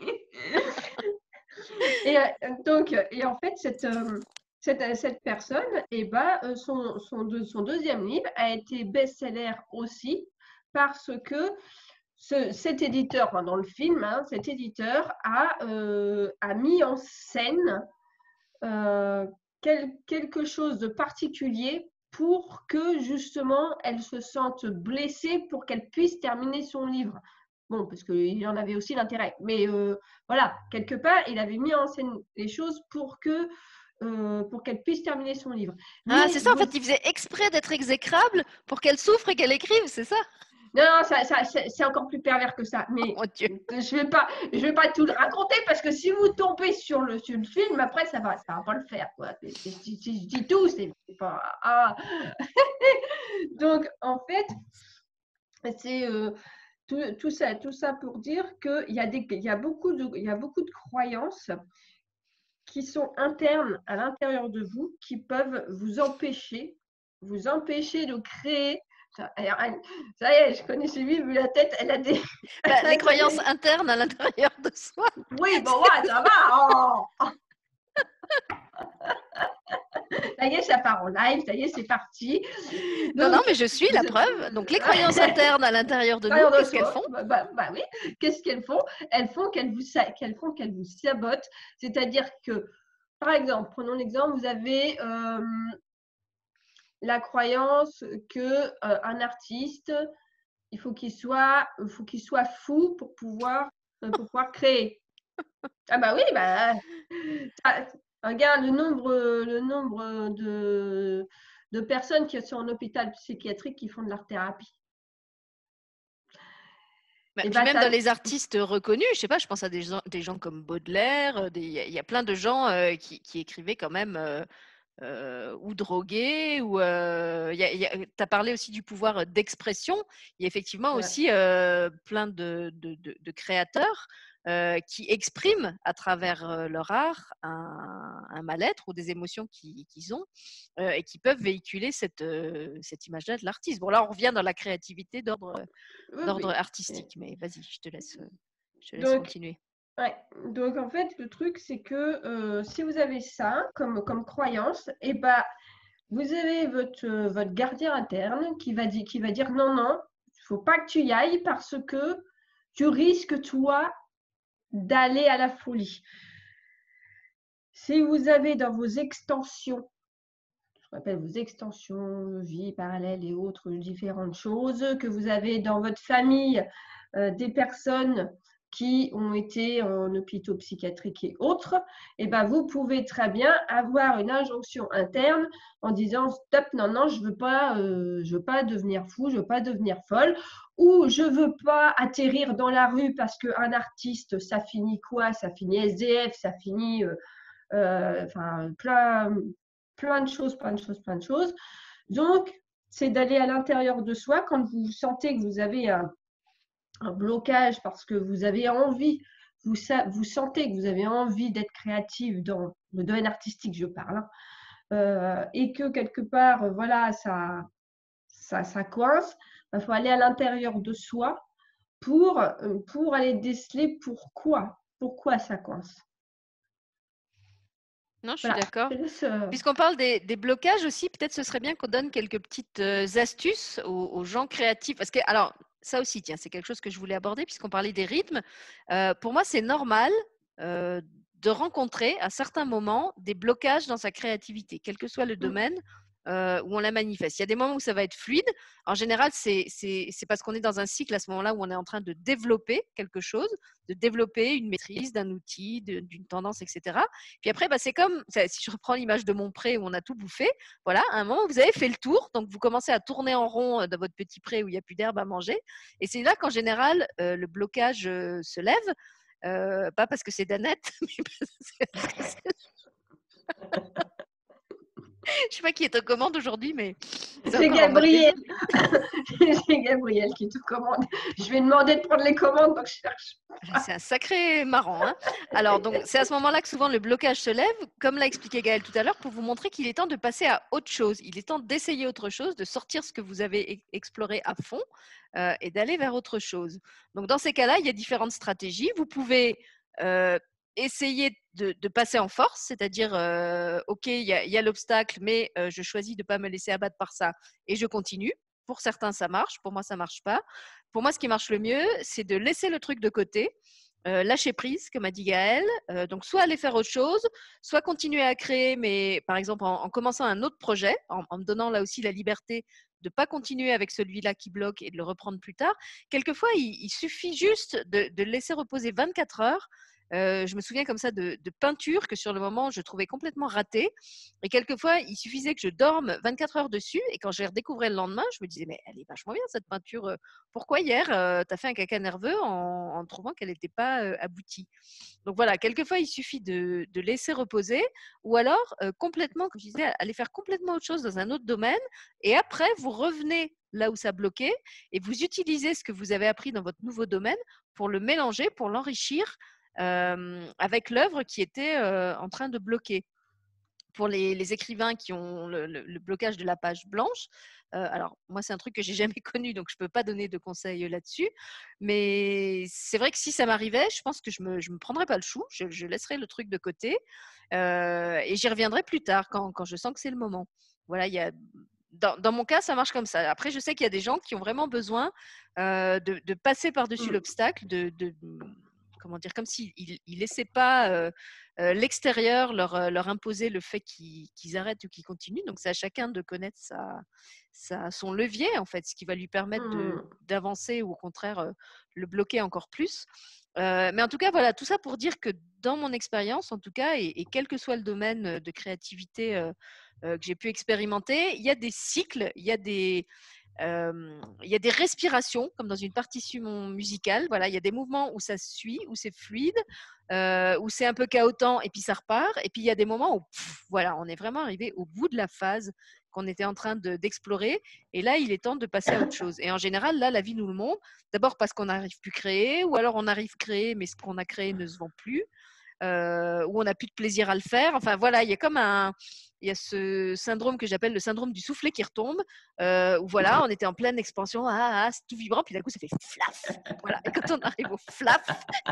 Et donc, et en fait, cette, cette, cette personne, eh ben, son, son, son deuxième livre a été best-seller aussi parce que ce, cet éditeur, enfin, dans le film, hein, cet éditeur a, euh, a mis en scène euh, quel, quelque chose de particulier pour que justement elle se sente blessée pour qu'elle puisse terminer son livre. Bon, parce qu'il en avait aussi l'intérêt. Mais euh, voilà, quelque part, il avait mis en scène les choses pour que euh, pour qu'elle puisse terminer son livre. Ah, c'est ça, vous... en fait, il faisait exprès d'être exécrable pour qu'elle souffre et qu'elle écrive, c'est ça? Non, non, ça, ça, c'est encore plus pervers que ça. Mais oh, je ne vais, pas, je vais pas tout le raconter parce que si vous tombez sur le, sur le film, après, ça va, ça va pas le faire. Quoi. Si, si, si je dis tout, c'est pas... Ah. Donc, en fait, c'est... Euh, Tout, tout, ça, tout ça pour dire qu'il y, a des, il y, a beaucoup de, il y a beaucoup de croyances qui sont internes à l'intérieur de vous, qui peuvent vous empêcher, vous empêcher de créer. Ça y est, je connais Sylvie, vu la tête, elle a des... Bah, les croyances internes à l'intérieur de soi. Oui, bon, ouais, ça va. Oh. Ça y est, ça part en live, ça y est, c'est parti. Donc, non, non, mais je suis la preuve. Donc, les croyances internes à l'intérieur de nous, qu'est-ce qu'elles font? bah, bah, bah oui, qu'est-ce qu'elles font? Elles font qu'elles vous, qu'elles font qu'elles vous sabotent. C'est-à-dire que, par exemple, prenons l'exemple, vous avez euh, la croyance que euh, un artiste, il faut qu'il soit, faut qu'il soit fou pour pouvoir, pour pouvoir créer. Ah bah oui, bah, ça, regarde le nombre, le nombre de, de personnes qui sont en hôpital psychiatrique qui font de l'art-thérapie. Bah, puis bah, même dans les artistes reconnus, je sais pas, je pense à des gens, des gens comme Baudelaire, il y, y a plein de gens euh, qui, qui écrivaient quand même euh, euh, ou drogués, ou euh, tu as parlé aussi du pouvoir d'expression. Il y a effectivement ouais. aussi euh, plein de, de, de, de créateurs euh, qui expriment à travers euh, leur art un, un mal-être ou des émotions qu'ils, qu'ils ont euh, et qui peuvent véhiculer cette, euh, cette image-là de l'artiste. Bon, là, on revient dans la créativité d'ordre, oui, d'ordre oui. artistique, mais vas-y, je te laisse, je te laisse Donc, continuer. Ouais. Donc, en fait, le truc, c'est que euh, si vous avez ça comme, comme croyance, et bah, vous avez votre, votre gardien interne qui va, dire, qui va dire non, non, il ne faut pas que tu y ailles parce que tu risques, toi, d'aller à la folie. Si vous avez dans vos extensions, je rappelle vos extensions, vie parallèle et autres différentes choses, que vous avez dans votre famille euh, des personnes qui ont été en hôpitaux psychiatriques et autres, et ben vous pouvez très bien avoir une injonction interne en disant stop, non, non, je veux pas, euh, je veux pas devenir fou, je veux pas devenir folle, ou je veux pas atterrir dans la rue parce qu'un artiste, ça finit quoi? Ça finit S D F, ça finit euh, euh, enfin plein, plein de choses, plein de choses, plein de choses. Donc, c'est d'aller à l'intérieur de soi quand vous sentez que vous avez un, un blocage parce que vous avez envie, vous, vous sentez que vous avez envie d'être créative dans le domaine artistique, je parle, hein, euh, et que quelque part, voilà, ça, ça, ça coince, il faut aller à l'intérieur de soi pour, pour aller déceler pourquoi, pourquoi ça coince. Non, je suis Voilà. d'accord. Euh... Puisqu'on parle des, des blocages aussi, peut-être ce serait bien qu'on donne quelques petites euh, astuces aux, aux gens créatifs. Parce que, alors, ça aussi, tiens, c'est quelque chose que je voulais aborder puisqu'on parlait des rythmes. Euh, pour moi, c'est normal euh, de rencontrer à certains moments des blocages dans sa créativité, quel que soit le domaine euh, où on la manifeste. Il y a des moments où ça va être fluide. En général, c'est parce qu'on est dans un cycle à ce moment-là où on est en train de développer quelque chose, de développer une maîtrise d'un outil, d'une tendance, et cetera. Puis après, bah, c'est comme, si je reprends l'image de mon pré où on a tout bouffé, voilà, à un moment, vous avez fait le tour, donc vous commencez à tourner en rond dans votre petit pré où il n'y a plus d'herbe à manger. Et c'est là qu'en général, euh, le blocage euh, se lève. Euh, pas parce que c'est Danette, mais parce que c'est... Je sais pas qui est aux commandes aujourd'hui, mais c'est Gabriel. C'est Gabriel qui te commande. Je vais demander de prendre les commandes, donc je cherche. C'est un sacré marrant. Hein. Alors, donc, c'est à ce moment-là que souvent le blocage se lève, comme l'a expliqué Gaël tout à l'heure, pour vous montrer qu'il est temps de passer à autre chose. Il est temps d'essayer autre chose, de sortir ce que vous avez exploré à fond euh, et d'aller vers autre chose. Donc, dans ces cas-là, il y a différentes stratégies. Vous pouvez euh, essayer de, de passer en force, c'est-à-dire, euh, OK, il y a, y a l'obstacle, mais euh, je choisis de ne pas me laisser abattre par ça et je continue. Pour certains, ça marche. Pour moi, ça ne marche pas. Pour moi, ce qui marche le mieux, c'est de laisser le truc de côté, euh, lâcher prise, comme a dit Gaël. Euh, donc, soit aller faire autre chose, soit continuer à créer, mais par exemple en, en commençant un autre projet, en, en me donnant là aussi la liberté de ne pas continuer avec celui-là qui bloque et de le reprendre plus tard. Quelquefois, il, il suffit juste de, de le laisser reposer vingt-quatre heures. Euh, je me souviens comme ça de, de peintures que sur le moment, je trouvais complètement ratées. Et quelquefois, il suffisait que je dorme vingt-quatre heures dessus. Et quand je les redécouvrais le lendemain, je me disais, mais elle est vachement bien cette peinture. Pourquoi hier, euh, tu as fait un caca nerveux en, en trouvant qu'elle n'était pas euh, aboutie? Donc voilà, quelquefois, il suffit de, de laisser reposer ou alors euh, complètement, comme je disais, aller faire complètement autre chose dans un autre domaine. Et après, vous revenez là où ça bloquait et vous utilisez ce que vous avez appris dans votre nouveau domaine pour le mélanger, pour l'enrichir euh, avec l'œuvre qui était euh, en train de bloquer. Pour les, les écrivains qui ont le, le, le blocage de la page blanche, euh, alors moi c'est un truc que j'ai jamais connu, donc je peux pas donner de conseils là-dessus, mais c'est vrai que si ça m'arrivait, je pense que je me, je me prendrais pas le chou, je, je laisserais le truc de côté euh, et j'y reviendrai plus tard quand, quand je sens que c'est le moment. Voilà, il y a Dans, dans mon cas, ça marche comme ça. Après, je sais qu'il y a des gens qui ont vraiment besoin euh, de, de passer par-dessus mmh. l'obstacle, de, de, comment dire, comme s'ils ne laissaient pas euh, euh, l'extérieur leur, euh, leur imposer le fait qu'ils, qu'ils arrêtent ou qu'ils continuent. Donc, c'est à chacun de connaître sa, sa, son levier, en fait, ce qui va lui permettre de, d'avancer ou au contraire euh, le bloquer encore plus. Euh, mais en tout cas, voilà, tout ça pour dire que dans mon expérience, en tout cas, et, et quel que soit le domaine de créativité euh, euh, que j'ai pu expérimenter, il y a des cycles, il y a des... Euh, il y a des respirations, comme dans une partition musicale. Voilà, il y a des mouvements où ça suit, où c'est fluide, euh, où c'est un peu chaotant et puis ça repart. Et puis il y a des moments où, pff, voilà, on est vraiment arrivé au bout de la phase qu'on était en train de, d'explorer. Et là, il est temps de passer à autre chose. Et en général, là, la vie nous le montre. D'abord parce qu'on n'arrive plus à créer, ou alors on arrive à créer, mais ce qu'on a créé ne se vend plus. Euh, où on n'a plus de plaisir à le faire. Enfin voilà, il y a comme un, il y a ce syndrome que j'appelle le syndrome du soufflet qui retombe, euh, où voilà, on était en pleine expansion, ah, ah, c'est tout vibrant, puis d'un coup, ça fait flaf. Voilà. Et quand on arrive au flaf,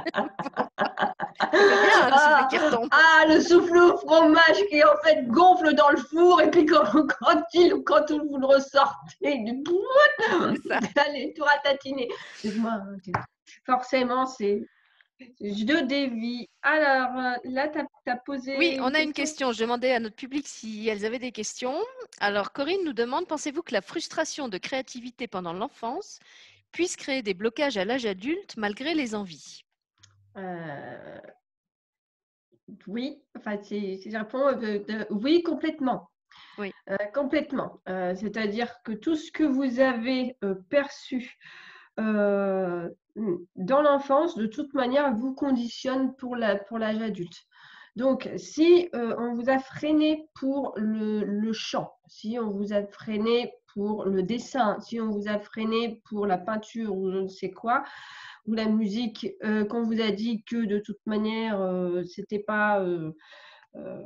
ça fait bien hein, le soufflet Ah, qui retombe. ah, le souffle au fromage qui en fait gonfle dans le four et puis quand, quand, il, quand vous le ressortez, du allez, tout ratatiner. Excuse-moi, forcément, c'est. Je dévie. Alors, euh, là, tu as, posé. Oui, on une a une question. question. Je demandais à notre public si elles avaient des questions. Alors, Corinne nous demande, pensez-vous que la frustration de créativité pendant l'enfance puisse créer des blocages à l'âge adulte malgré les envies? euh, Oui, enfin, si, si je réponds, euh, de, oui, complètement. Oui. Euh, complètement. Euh, c'est-à-dire que tout ce que vous avez euh, perçu euh, dans l'enfance, de toute manière, vous conditionne pour la, pour l'âge adulte. Donc, si euh, on vous a freiné pour le, le chant, si on vous a freiné pour le dessin, si on vous a freiné pour la peinture ou je ne sais quoi, ou la musique, euh, qu'on vous a dit que de toute manière, euh, c'était pas, euh, euh,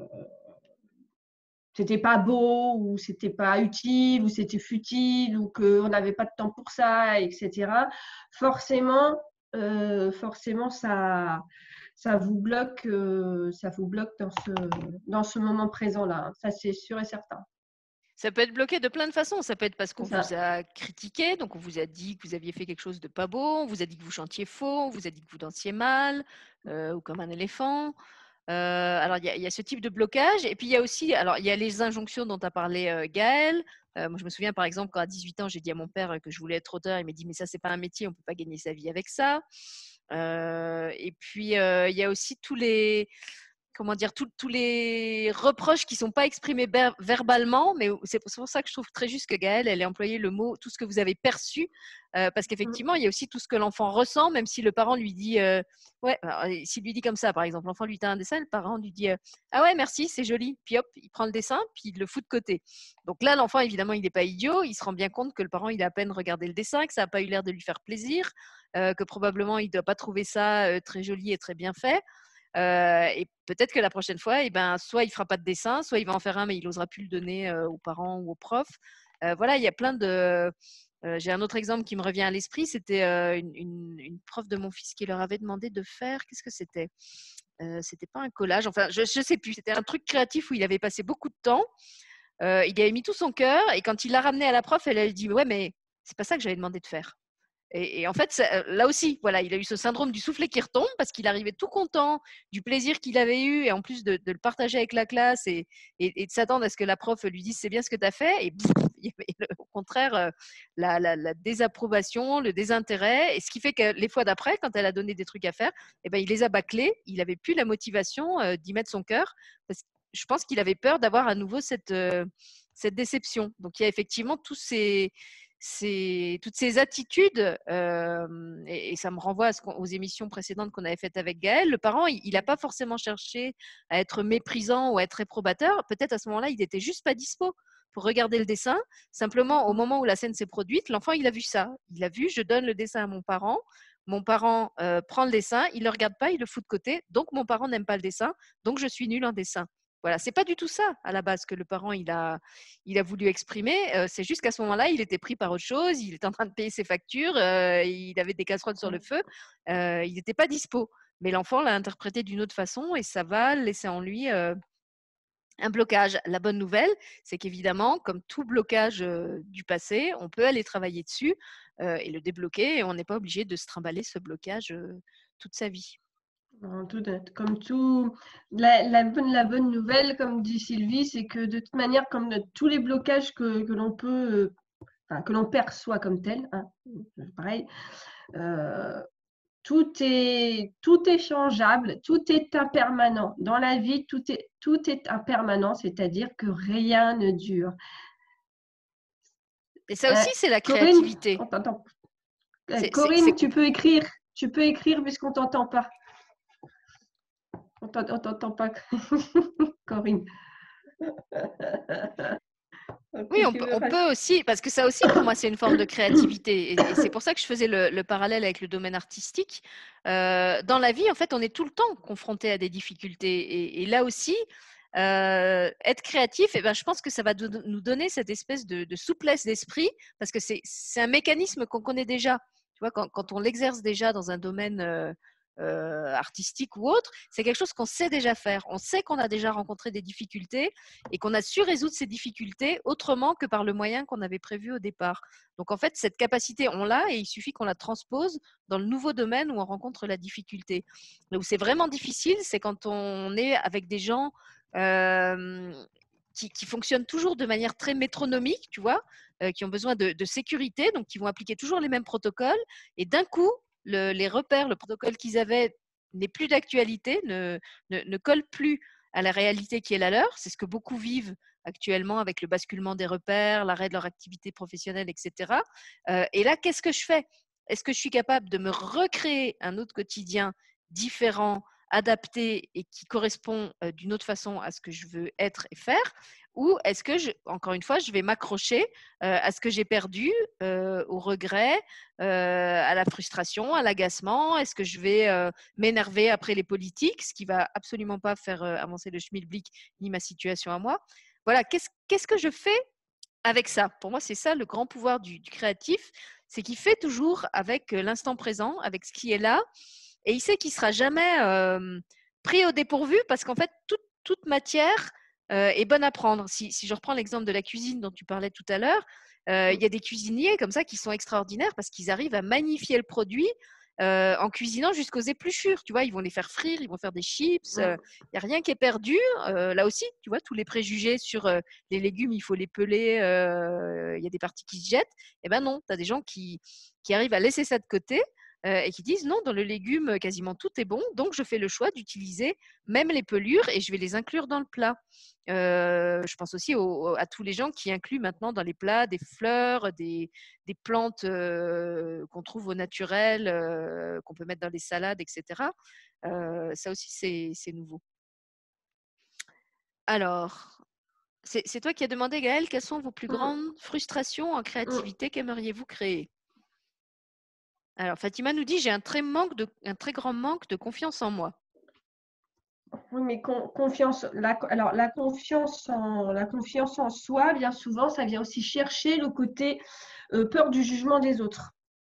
c'était pas beau, ou c'était pas utile, ou c'était futile, ou qu'on n'avait pas de temps pour ça, et cetera. Forcément, euh, forcément, ça, ça vous bloque, euh, ça vous bloque dans ce, dans ce moment présent-là. Ça, c'est sûr et certain. Ça peut être bloqué de plein de façons. Ça peut être parce qu'on C'est ça. vous a critiqué, donc on vous a dit que vous aviez fait quelque chose de pas beau, on vous a dit que vous chantiez faux, on vous a dit que vous dansiez mal euh, ou comme un éléphant. Euh, alors, il y, y a ce type de blocage. Et puis, il y a aussi, alors, il y a les injonctions dont a parlé euh, Gaëlle. Euh, moi, je me souviens, par exemple, quand à dix-huit ans, j'ai dit à mon père que je voulais être auteur. Il m'a dit, mais ça, c'est pas un métier, on peut pas gagner sa vie avec ça. Euh, et puis, euh, il y a aussi tous les, comment dire, tous, tous les reproches qui ne sont pas exprimés ber- verbalement, mais c'est pour ça que je trouve très juste que Gaëlle, elle ait employé le mot tout ce que vous avez perçu, euh, parce qu'effectivement, il y a aussi tout ce que l'enfant ressent, même si le parent lui dit, euh, ouais, alors, s'il lui dit comme ça, par exemple, l'enfant lui tend un dessin, le parent lui dit, euh, ah ouais, merci, c'est joli, puis hop, il prend le dessin, puis il le fout de côté. Donc là, l'enfant, évidemment, il n'est pas idiot, il se rend bien compte que le parent, il a à peine regardé le dessin, que ça n'a pas eu l'air de lui faire plaisir, euh, que probablement, il ne doit pas trouver ça euh, très joli et très bien fait. Euh, et peut-être que la prochaine fois, eh ben, soit il ne fera pas de dessin, soit il va en faire un, mais il n'osera plus le donner euh, aux parents ou aux profs. Euh, voilà, il y a plein de. Euh, j'ai un autre exemple qui me revient à l'esprit. C'était euh, une, une, une prof de mon fils qui leur avait demandé de faire. Qu'est-ce que c'était euh, C'était pas un collage. Enfin, je ne sais plus. C'était un truc créatif où il avait passé beaucoup de temps. Euh, il avait mis tout son cœur. Et quand il l'a ramené à la prof, elle a dit ouais, mais c'est pas ça que j'avais demandé de faire. Et, et en fait, ça, là aussi, voilà, il a eu ce syndrome du soufflet qui retombe parce qu'il arrivait tout content du plaisir qu'il avait eu et en plus de, de le partager avec la classe et, et, et de s'attendre à ce que la prof lui dise c'est bien ce que tu as fait. Et pff, il y avait le, au contraire euh, la, la, la désapprobation, le désintérêt. Et ce qui fait que les fois d'après, quand elle a donné des trucs à faire, eh ben, il les a bâclés. Il n'avait plus la motivation euh, d'y mettre son cœur parce que je pense qu'il avait peur d'avoir à nouveau cette, euh, cette déception. Donc il y a effectivement tous ces c'est toutes ces attitudes, euh, et, et ça me renvoie à ce aux émissions précédentes qu'on avait faites avec Gaël. Le parent, il n'a pas forcément cherché à être méprisant ou à être réprobateur. Peut-être à ce moment-là, il n'était juste pas dispo pour regarder le dessin. Simplement, au moment où la scène s'est produite, l'enfant, il a vu ça. Il a vu, je donne le dessin à mon parent. Mon parent euh, prend le dessin, il ne le regarde pas, il le fout de côté. Donc, mon parent n'aime pas le dessin, donc je suis nul en dessin. Voilà, c'est pas du tout ça à la base que le parent il a, il a voulu exprimer. Euh, c'est juste qu'à ce moment-là, il était pris par autre chose. Il était en train de payer ses factures. Euh, il avait des casseroles sur le feu. Euh, il n'était pas dispo. Mais l'enfant l'a interprété d'une autre façon et ça va laisser en lui euh, un blocage. La bonne nouvelle, c'est qu'évidemment, comme tout blocage euh, du passé, on peut aller travailler dessus euh, et le débloquer. Et on n'est pas obligé de se trimballer ce blocage euh, toute sa vie. Tout, comme tout, la, la, bonne, la bonne nouvelle, comme dit Sylvie, c'est que de toute manière, comme de, tous les blocages que, que l'on peut, enfin, que l'on perçoit comme tels, hein, pareil, euh, tout est, tout est changeable, tout est impermanent. Dans la vie, tout est, tout est impermanent, c'est-à-dire que rien ne dure. Et ça aussi, euh, c'est la Corinne, créativité. on t'entend. Euh, Corinne, c'est... tu peux écrire, tu peux écrire puisqu'on t'entend pas. On t'entend pas, Corinne. Oui, on peut, on peut aussi, parce que ça aussi, pour moi, c'est une forme de créativité. Et, et c'est pour ça que je faisais le, le parallèle avec le domaine artistique. Euh, dans la vie, en fait, on est tout le temps confronté à des difficultés. Et, et là aussi, euh, être créatif, eh ben, je pense que ça va do- nous donner cette espèce de, de souplesse d'esprit, parce que c'est c'est un mécanisme qu'on connaît déjà. Tu vois, quand, quand on l'exerce déjà dans un domaine euh, euh, artistique ou autre, c'est quelque chose qu'on sait déjà faire. On sait qu'on a déjà rencontré des difficultés et qu'on a su résoudre ces difficultés autrement que par le moyen qu'on avait prévu au départ. Donc en fait, cette capacité, on l'a et il suffit qu'on la transpose dans le nouveau domaine où on rencontre la difficulté. Là où c'est vraiment difficile, c'est quand on est avec des gens euh, qui, qui fonctionnent toujours de manière très métronomique, tu vois, euh, qui ont besoin de, de sécurité, donc qui vont appliquer toujours les mêmes protocoles. Et d'un coup, le, les repères, le protocole qu'ils avaient n'est plus d'actualité, ne, ne, ne colle plus à la réalité qui est la leur. C'est ce que beaucoup vivent actuellement avec le basculement des repères, l'arrêt de leur activité professionnelle, et cetera. Euh, et là, qu'est-ce que je fais? Est-ce que je suis capable de me recréer un autre quotidien différent, adapté et qui correspond euh, d'une autre façon à ce que je veux être et faire? Ou est-ce que, je, encore une fois, je vais m'accrocher euh, à ce que j'ai perdu, euh, au regret, euh, à la frustration, à l'agacement? Est-ce que je vais euh, m'énerver après les politiques, ce qui va absolument pas faire euh, avancer le schmilblick ni ma situation à moi? Voilà, qu'est-ce, qu'est-ce que je fais avec ça? Pour moi, c'est ça le grand pouvoir du, du créatif, c'est qu'il fait toujours avec l'instant présent, avec ce qui est là, et il sait qu'il ne sera jamais euh, pris au dépourvu parce qu'en fait, toute, toute matière euh, est bonne à prendre. Si, si je reprends l'exemple de la cuisine dont tu parlais tout à l'heure, euh, il y a des cuisiniers comme ça qui sont extraordinaires parce qu'ils arrivent à magnifier le produit euh, en cuisinant jusqu'aux épluchures. Tu vois, ils vont les faire frire, ils vont faire des chips. Il euh, n'y a rien qui est perdu. Euh, là aussi, tu vois, tous les préjugés sur euh, les légumes, il faut les peler, il euh, y a des parties qui se jettent. Eh ben non, tu as des gens qui, qui arrivent à laisser ça de côté euh, et qui disent non, dans le légume, quasiment tout est bon, donc je fais le choix d'utiliser même les pelures et je vais les inclure dans le plat. Euh, je pense aussi au, à tous les gens qui incluent maintenant dans les plats des fleurs, des, des plantes euh, qu'on trouve au naturel, euh, qu'on peut mettre dans les salades, et cetera. Euh, ça aussi, c'est nouveau. Alors, c'est toi qui as demandé, Gaëlle, quelles sont vos plus grandes frustrations en créativité? Qu'aimeriez-vous créer? Alors, Fatima nous dit, j'ai un très manque de, un très grand manque de confiance en moi. Oui, mais con, confiance, la, alors la confiance, en, la confiance en soi, bien souvent, ça vient aussi chercher le côté euh, peur du jugement des autres.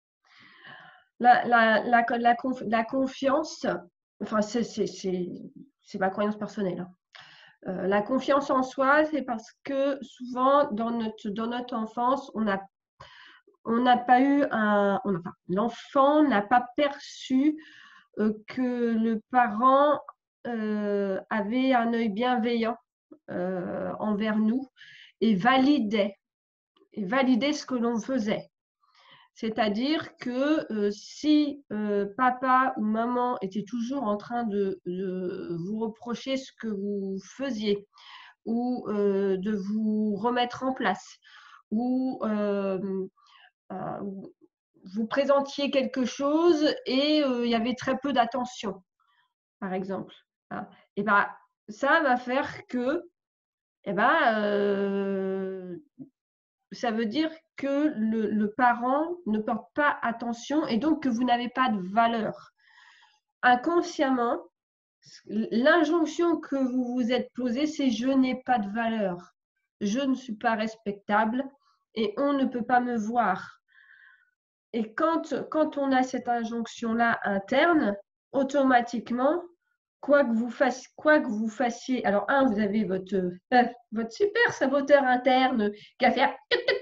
La, la, la, la, conf, la confiance, enfin, c'est ma croyance personnelle. Hein. Euh, la confiance en soi, c'est parce que souvent, dans notre, dans notre enfance, on a on n'a pas eu un, on, enfin, l'enfant n'a pas perçu euh, que le parent euh, avait un œil bienveillant euh, envers nous et validait, et validait ce que l'on faisait. C'est-à-dire que euh, si euh, papa ou maman était toujours en train de, de vous reprocher ce que vous faisiez ou euh, de vous remettre en place ou euh, euh, vous présentiez quelque chose et euh, il y avait très peu d'attention, par exemple. Hein. Et ben, ça va faire que, et ben, euh, ça veut dire que le, le parent ne porte pas attention et donc que vous n'avez pas de valeur. Inconsciemment, l'injonction que vous vous êtes posée, c'est je n'ai pas de valeur, je ne suis pas respectable et on ne peut pas me voir. Et quand, quand on a cette injonction-là interne, automatiquement, quoi que vous fassiez, quoi que vous fassiez, alors un, vous avez votre, euh, votre super saboteur interne qui va faire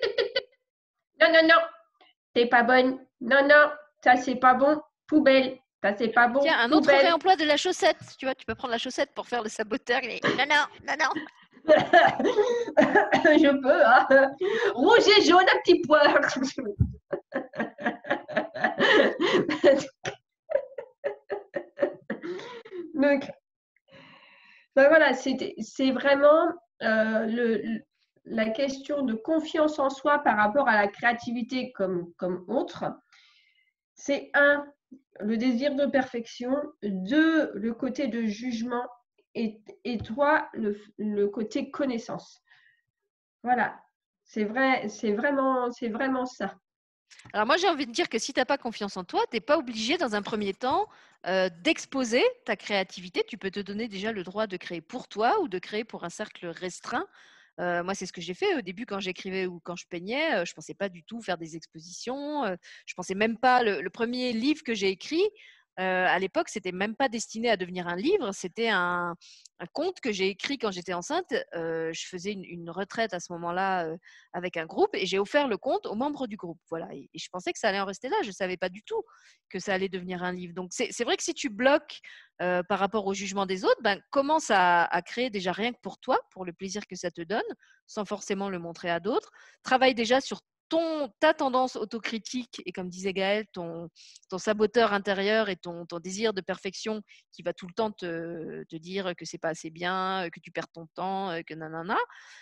non, non, non, t'es pas bonne, non, non, ça c'est pas bon, poubelle, ça c'est pas bon, Tiens, un autre poubelle. réemploi de la chaussette. Tu vois, tu peux prendre la chaussette pour faire le saboteur. Il est non, non, non, non. Je peux, hein. Rouge et jaune à petits pois. Donc, ben voilà, c'est vraiment euh, le, la question de confiance en soi par rapport à la créativité comme, comme autre. C'est un, le désir de perfection, deux, le côté de jugement et, et trois, le, le côté connaissance. Voilà, c'est vrai, c'est vraiment, c'est vraiment ça. Alors moi, j'ai envie de dire que si tu n'as pas confiance en toi, tu n'es pas obligé dans un premier temps euh, d'exposer ta créativité. Tu peux te donner déjà le droit de créer pour toi ou de créer pour un cercle restreint. Euh, moi, c'est ce que j'ai fait au début quand j'écrivais ou quand je peignais. Euh, je ne pensais pas du tout faire des expositions. Euh, je ne pensais même pas… Le, le premier livre que j'ai écrit, euh, à l'époque, c'était même pas destiné à devenir un livre. C'était un, un conte que j'ai écrit quand j'étais enceinte. Euh, je faisais une, une retraite à ce moment-là euh, avec un groupe et j'ai offert le conte aux membres du groupe. Voilà. Et, et je pensais que ça allait en rester là. Je ne savais pas du tout que ça allait devenir un livre. Donc, c'est, c'est vrai que si tu bloques euh, par rapport au jugement des autres, ben, commence à, à créer déjà rien que pour toi, pour le plaisir que ça te donne, sans forcément le montrer à d'autres. Travaille déjà sur ton, ta tendance autocritique et comme disait Gaëlle, ton, ton saboteur intérieur et ton, ton désir de perfection qui va tout le temps te, te dire que c'est pas assez bien, que tu perds ton temps, que nanana.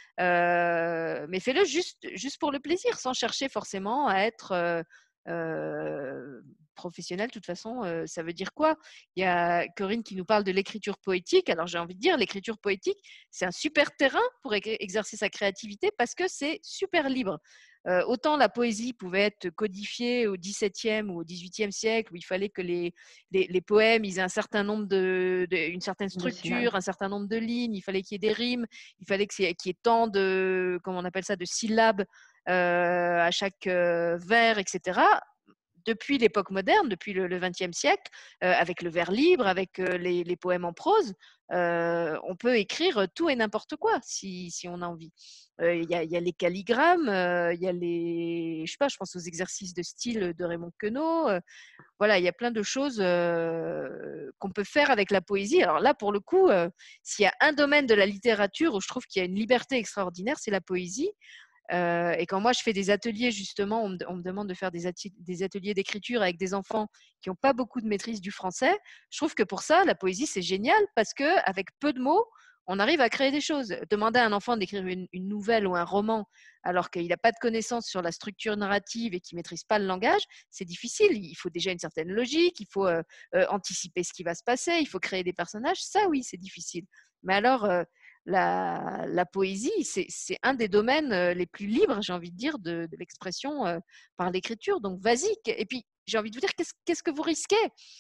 Euh, mais fais-le juste, juste pour le plaisir, sans chercher forcément à être euh, euh, professionnel. De toute façon, euh, ça veut dire quoi? Il y a Corinne qui nous parle de l'écriture poétique. Alors j'ai envie de dire, l'écriture poétique, c'est un super terrain pour exercer sa créativité parce que c'est super libre. Euh, autant la poésie pouvait être codifiée au dix-septième ou au dix-huitième siècle, où il fallait que les, les, les poèmes ils aient un certain nombre de, de, une certaine structure, un certain nombre de lignes, il fallait qu'il y ait des rimes, il fallait qu'il y ait tant de, comment on appelle ça, de syllabes euh, à chaque euh, vers, et cetera. Depuis l'époque moderne, depuis le vingtième siècle, euh, avec le vers libre, avec euh, les, les, poèmes en prose, euh, on peut écrire tout et n'importe quoi si, si on a envie. Il euh, y, y a les calligrammes, il euh, y a les, je sais pas, je pense aux exercices de style de Raymond Queneau. Euh, voilà, il y a plein de choses euh, qu'on peut faire avec la poésie. Alors là, pour le coup, euh, s'il y a un domaine de la littérature où je trouve qu'il y a une liberté extraordinaire, c'est la poésie. Euh, et quand moi je fais des ateliers, justement, on me, on me demande de faire des, ati- des ateliers d'écriture avec des enfants qui n'ont pas beaucoup de maîtrise du français. Je trouve que pour ça, la poésie, c'est génial parce qu'avec peu de mots, on arrive à créer des choses. Demander à un enfant d'écrire une, une nouvelle ou un roman alors qu'il n'a pas de connaissances sur la structure narrative et qu'il ne maîtrise pas le langage, c'est difficile. Il faut déjà une certaine logique, il faut euh, euh, anticiper ce qui va se passer, il faut créer des personnages. Ça, oui, c'est difficile. Mais alors, euh, la, la poésie, c'est, c'est un des domaines euh, les plus libres, j'ai envie de dire, de, de l'expression euh, par l'écriture. Donc, vas-y. Et puis, j'ai envie de vous dire, qu'est-ce, qu'est-ce que vous risquez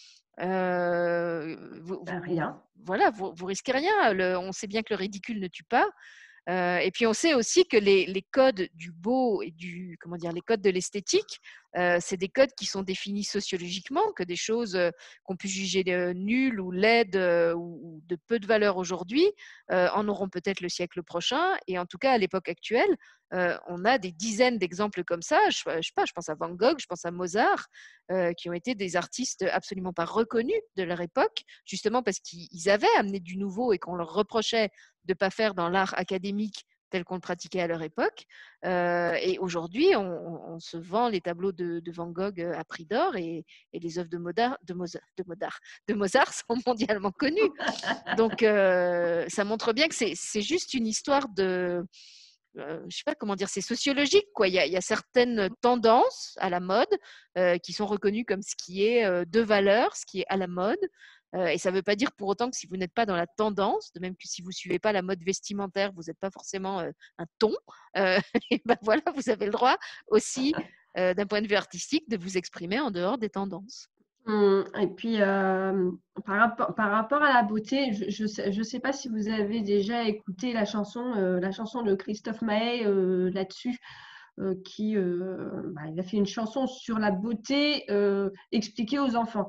euh, vous, Ben, vous, rien. Voilà, vous, vous risquez rien. Le, on sait bien que le ridicule ne tue pas. Euh, et puis on sait aussi que les, les codes du beau et du, comment dire, les codes de l'esthétique, euh, c'est des codes qui sont définis sociologiquement, que des choses euh, qu'on peut juger de nulles ou laides euh, ou, ou de peu de valeur aujourd'hui euh, en auront peut-être le siècle prochain. Et en tout cas, à l'époque actuelle, euh, on a des dizaines d'exemples comme ça. Je, je sais pas, je pense à Van Gogh, je pense à Mozart, euh, qui ont été des artistes absolument pas reconnus de leur époque, justement parce qu'ils avaient amené du nouveau et qu'on leur reprochait de ne pas faire dans l'art académique tel qu'on le pratiquait à leur époque. Euh, et aujourd'hui, on, on, se vend les tableaux de, de Van Gogh à prix d'or et, et les œuvres de Mozart, de, Mozart, de, Mozart, de Mozart sont mondialement connues. Donc, euh, ça montre bien que c'est, c'est juste une histoire de… Euh, je ne sais pas comment dire, c'est sociologique, quoi. Il y a, il y a certaines tendances à la mode euh, qui sont reconnues comme ce qui est euh, de valeur, ce qui est à la mode. Euh, et ça ne veut pas dire pour autant que si vous n'êtes pas dans la tendance, de même que si vous ne suivez pas la mode vestimentaire, vous n'êtes pas forcément euh, un ton. Euh, et ben voilà, vous avez le droit aussi, euh, d'un point de vue artistique, de vous exprimer en dehors des tendances. Hum, Et puis, euh, par rapport, par rapport à la beauté, je ne sais, je sais pas si vous avez déjà écouté la chanson, euh, la chanson de Christophe Maé euh, là-dessus, euh, qui euh, bah, il a fait une chanson sur la beauté euh, expliquée aux enfants.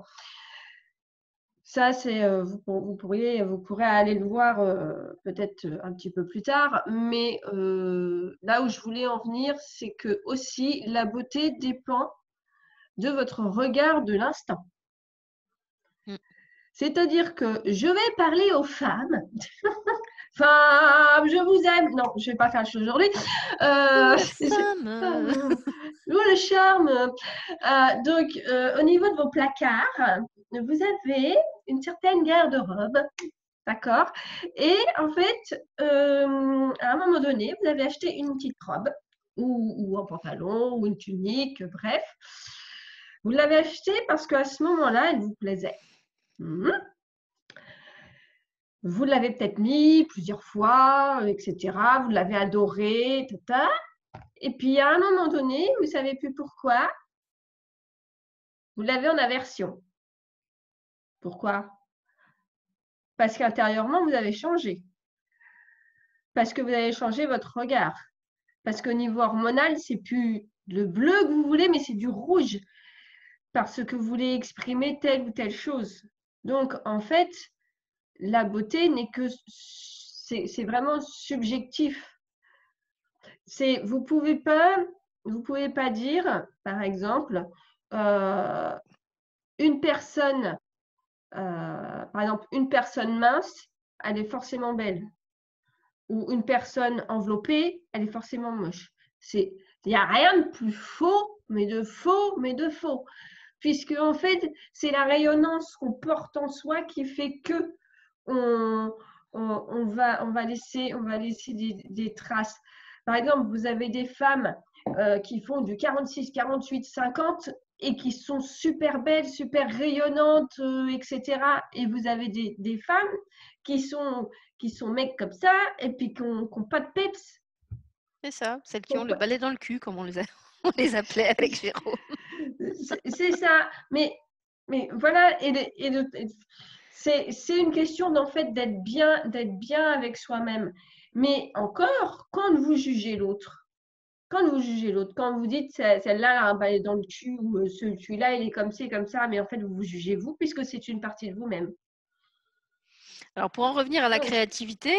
Ça, c'est euh, vous, vous pourriez, vous pourrez aller le voir euh, peut-être un petit peu plus tard, mais euh, là où je voulais en venir, c'est que aussi la beauté dépend de votre regard de l'instant. Mm. C'est-à-dire que je vais parler aux femmes. Femmes, je vous aime. Non, je ne vais pas faire la chose aujourd'hui. Euh, oh, la femme oh, le charme. Euh, donc, euh, au niveau de vos placards, vous avez une certaine garde-robe. D'accord? Et en fait, euh, à un moment donné, vous avez acheté une petite robe ou, ou un pantalon ou une tunique, bref. Vous l'avez acheté parce qu'à ce moment-là, elle vous plaisait. Mmh. Vous l'avez peut-être mis plusieurs fois, et cetera. Vous l'avez adoré, tata. Et puis à un moment donné, vous ne savez plus pourquoi, vous l'avez en aversion. Pourquoi? Parce qu'intérieurement, vous avez changé. Parce que vous avez changé votre regard. Parce qu'au niveau hormonal, c'est plus le bleu que vous voulez, mais c'est du rouge. Parce que vous voulez exprimer telle ou telle chose. Donc, en fait, la beauté n'est que, c'est vraiment subjectif. C'est, vous pouvez pas, vous pouvez pas dire, par exemple, euh, une personne, euh, par exemple, une personne mince, elle est forcément belle. Ou une personne enveloppée, elle est forcément moche. C'est, il n'y a rien de plus faux, mais de faux, mais de faux. Puisque, en fait, c'est la rayonnance qu'on porte en soi qui fait que on, on, on va, on va laisser, on va laisser des, des traces. Par exemple, vous avez des femmes euh, qui font du quarante-six, quarante-huit, cinquante et qui sont super belles, super rayonnantes, euh, et cetera. Et vous avez des, des femmes qui sont, qui sont mecs comme ça et puis qui n'ont pas de peps. C'est ça, celles qui ont le balai dans le cul, comme on les, a, on les appelait avec Jérôme. C'est ça. Mais, mais voilà, et, de, et de, c'est une question en fait d'être bien, d'être bien avec soi-même. Mais encore, quand vous jugez l'autre, quand vous jugez l'autre, quand vous dites celle-là a un balai dans le cul ou celui-là il est comme ci, comme ça, mais en fait vous vous jugez vous puisque c'est une partie de vous-même. Alors pour en revenir à la créativité,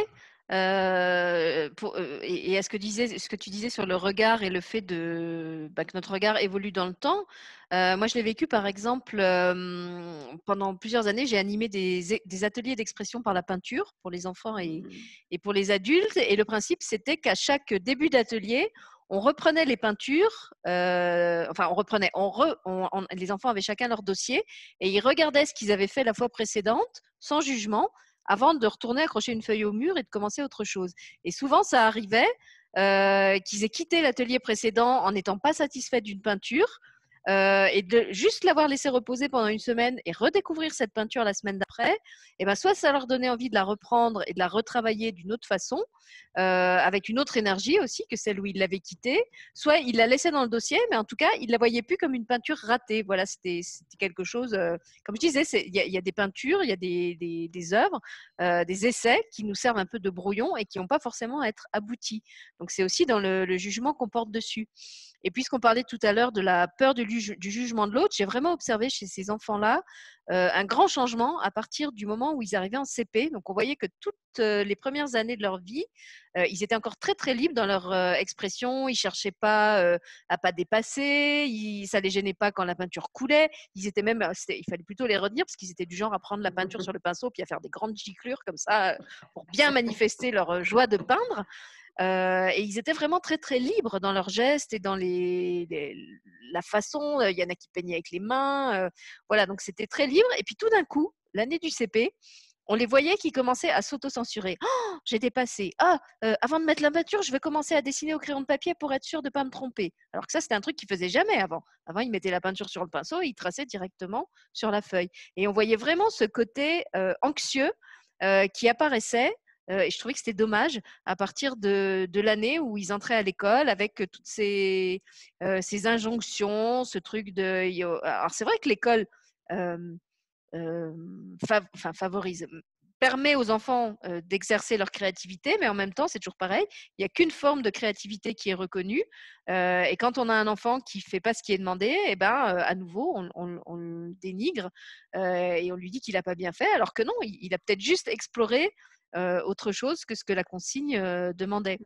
euh, pour, euh, et, et à ce que, disais, ce que tu disais sur le regard et le fait de, bah, que notre regard évolue dans le temps, euh, moi je l'ai vécu par exemple euh, pendant plusieurs années, j'ai animé des, des ateliers d'expression par la peinture pour les enfants et, mmh. et pour les adultes. Et le principe c'était qu'à chaque début d'atelier, on reprenait les peintures, euh, enfin on reprenait, on re, on, on, les enfants avaient chacun leur dossier et ils regardaient ce qu'ils avaient fait la fois précédente sans jugement, avant de retourner accrocher une feuille au mur et de commencer autre chose. Et souvent, ça arrivait euh, qu'ils aient quitté l'atelier précédent en n'étant pas satisfaits d'une peinture euh, et de juste l'avoir laissé reposer pendant une semaine et redécouvrir cette peinture la semaine d'après, et ben soit ça leur donnait envie de la reprendre et de la retravailler d'une autre façon, euh, avec une autre énergie aussi que celle où ils l'avaient quittée, soit ils la laissaient dans le dossier, mais en tout cas, ils ne la voyaient plus comme une peinture ratée. Voilà, c'était quelque chose, euh, comme je disais, il y, y a des peintures, il y a des, des, des œuvres, euh, des essais qui nous servent un peu de brouillon et qui n'ont pas forcément à être aboutis. Donc, c'est aussi dans le, le jugement qu'on porte dessus. Et puisqu'on parlait tout à l'heure de la peur du, du jugement de l'autre, j'ai vraiment observé chez ces enfants-là euh, un grand changement à partir du moment où ils arrivaient en C P. Donc, on voyait que toutes euh, les premières années de leur vie, euh, ils étaient encore très, très libres dans leur euh, expression. Ils ne cherchaient pas euh, à pas dépasser. Ils, ça ne les gênait pas quand la peinture coulait. Ils étaient même, il fallait plutôt les retenir parce qu'ils étaient du genre à prendre la peinture sur le pinceau puis à faire des grandes giclures comme ça pour bien manifester leur joie de peindre. Euh, et ils étaient vraiment très très libres dans leurs gestes et dans les, les, la façon. Il y en a qui peignaient avec les mains, euh, voilà, donc c'était très libre. Et puis tout d'un coup, l'année du C P, on les voyait qui commençaient à s'auto-censurer. Oh, j'ai dépassé. Ah, euh, avant de mettre la peinture, je vais commencer à dessiner au crayon de papier pour être sûr de ne pas me tromper. Alors que ça, c'était un truc qu'ils ne faisaient jamais avant. Avant, ils mettaient la peinture sur le pinceau et ils traçaient directement sur la feuille. Et on voyait vraiment ce côté euh, anxieux euh, qui apparaissait. Euh, et je trouvais que c'était dommage à partir de, de l'année où ils entraient à l'école avec toutes ces, euh, ces injonctions, ce truc de… Alors, c'est vrai que l'école euh, euh, fav enfin, favorise, permet aux enfants euh, d'exercer leur créativité, mais en même temps, c'est toujours pareil. Il n'y a qu'une forme de créativité qui est reconnue. Euh, et quand on a un enfant qui ne fait pas ce qui est demandé, eh ben, euh, à nouveau, on, on, on le dénigre euh, et on lui dit qu'il n'a pas bien fait, alors que non, il, il a peut-être juste exploré Euh, autre chose que ce que la consigne euh, demandait.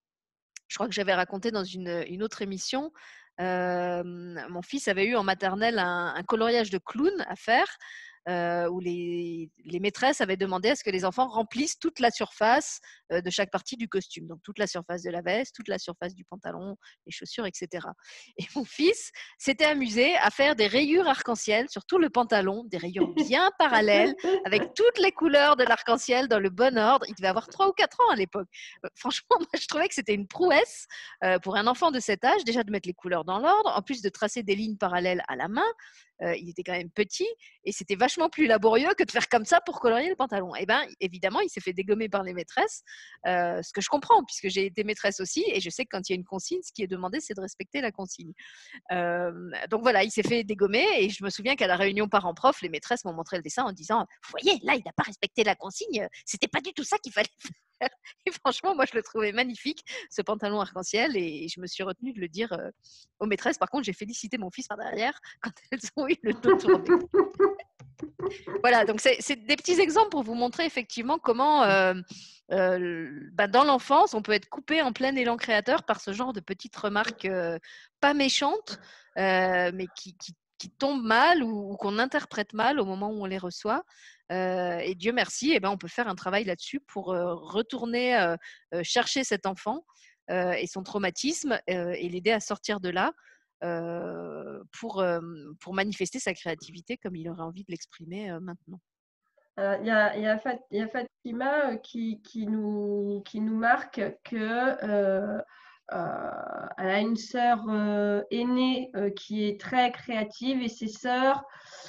Je crois que j'avais raconté dans une, une autre émission, euh, mon fils avait eu en maternelle un, un coloriage de clown à faire, euh, où les, les maîtresses avaient demandé à ce que les enfants remplissent toute la surface euh, de chaque partie du costume, donc toute la surface de la veste, toute la surface du pantalon, les chaussures, et cetera. Et mon fils s'était amusé à faire des rayures arc-en-ciel sur tout le pantalon, des rayures bien parallèles, avec toutes les couleurs de l'arc-en-ciel dans le bon ordre. Il devait avoir trois ou quatre ans à l'époque. Franchement, moi, je trouvais que c'était une prouesse euh, pour un enfant de cet âge, déjà de mettre les couleurs dans l'ordre, en plus de tracer des lignes parallèles à la main. euh, il était quand même petit et c'était vachement plus laborieux que de faire comme ça pour colorier le pantalon. Et bien, évidemment, il s'est fait dégommer par les maîtresses, euh, ce que je comprends puisque j'ai été maîtresse aussi et je sais que quand il y a une consigne, ce qui est demandé, c'est de respecter la consigne. Euh, donc voilà, il s'est fait dégommer et je me souviens qu'à la réunion parents-prof, les maîtresses m'ont montré le dessin en disant « Vous voyez, là, il n'a pas respecté la consigne, c'était pas du tout ça qu'il fallait faire ». Et franchement, moi, je le trouvais magnifique, ce pantalon arc-en-ciel, et je me suis retenue de le dire euh, aux maîtresses. Par contre, j'ai félicité mon fils par derrière quand elles ont eu le dos tourné. Voilà, donc c'est des petits exemples pour vous montrer effectivement comment, euh, euh, bah, dans l'enfance, on peut être coupé en plein élan créateur par ce genre de petites remarques euh, pas méchantes, euh, mais qui, qui, qui tombent mal ou, ou qu'on interprète mal au moment où on les reçoit. Euh, et Dieu merci, eh ben, on peut faire un travail là-dessus pour euh, retourner euh, euh, chercher cet enfant euh, et son traumatisme euh, et l'aider à sortir de là. Euh, pour, euh, pour manifester sa créativité comme il aurait envie de l'exprimer euh, maintenant. Il y a, y a, Fat, y a Fatima qui, qui, nous, qui nous marque que euh, euh, elle a une sœur euh, aînée euh, qui est très créative et ses sœurs,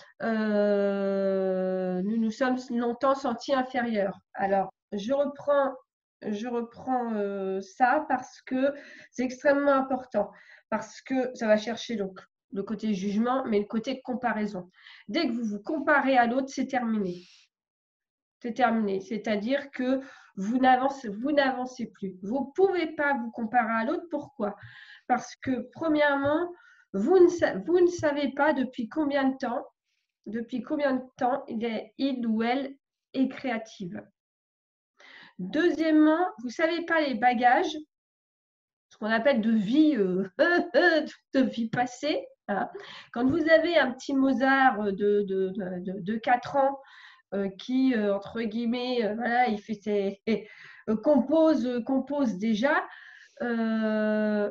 euh, nous nous sommes longtemps sentis inférieurs. Alors, je reprends, je reprends euh, ça parce que c'est extrêmement important, parce que ça va chercher donc le côté jugement, mais le côté comparaison. Dès que vous vous comparez à l'autre, c'est terminé. C'est terminé. C'est-à-dire que vous n'avancez, vous n'avancez plus. Vous ne pouvez pas vous comparer à l'autre. Pourquoi? Parce que, premièrement, vous ne, vous ne savez pas depuis combien de temps, depuis combien de temps il, est, il ou elle est créative. Deuxièmement, vous ne savez pas les bagages, ce qu'on appelle de vie, euh, de vie passée. Hein. Quand vous avez un petit Mozart de, de, de, de quatre ans, Euh, qui, euh, entre guillemets, euh, voilà, il fait ses, euh, compose, euh, compose déjà, euh,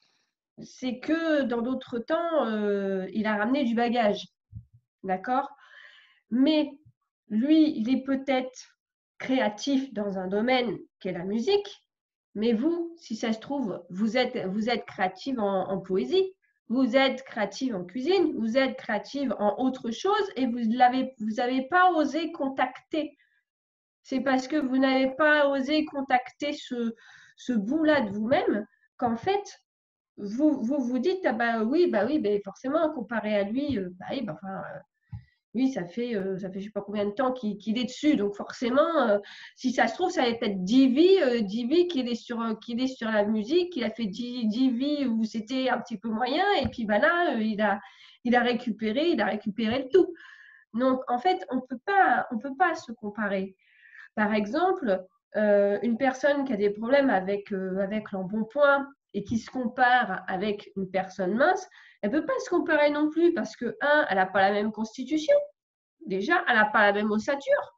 c'est que dans d'autres temps, euh, il a ramené du bagage. D'accord? Mais lui, il est peut-être créatif dans un domaine qu'est la musique, mais vous, si ça se trouve, vous êtes, vous êtes créative en, en poésie. Vous êtes créative en cuisine, vous êtes créative en autre chose et vous n'avez vous avez pas osé contacter. C'est parce que vous n'avez pas osé contacter ce, ce bout-là de vous-même qu'en fait, vous, vous vous dites, ah bah oui, bah oui, bah forcément, comparé à lui, euh, bah oui, bah enfin, euh, lui, ça fait, euh, ça fait je sais pas combien de temps qu'il qu'il est dessus. Donc forcément, euh, si ça se trouve, ça va être dix vies, euh, dix vies qu'il est, sur, euh, qu'il est sur la musique, qu'il a fait dix, dix vies où c'était un petit peu moyen, et puis bah là, euh, il, a, il a récupéré, il a récupéré le tout. Donc en fait, on peut pas, on peut pas se comparer. Par exemple, euh, une personne qui a des problèmes avec, euh, avec l'embonpoint et qui se compare avec une personne mince, elle ne peut pas se comparer non plus parce que, un, elle n'a pas la même constitution. Déjà, elle n'a pas la même ossature.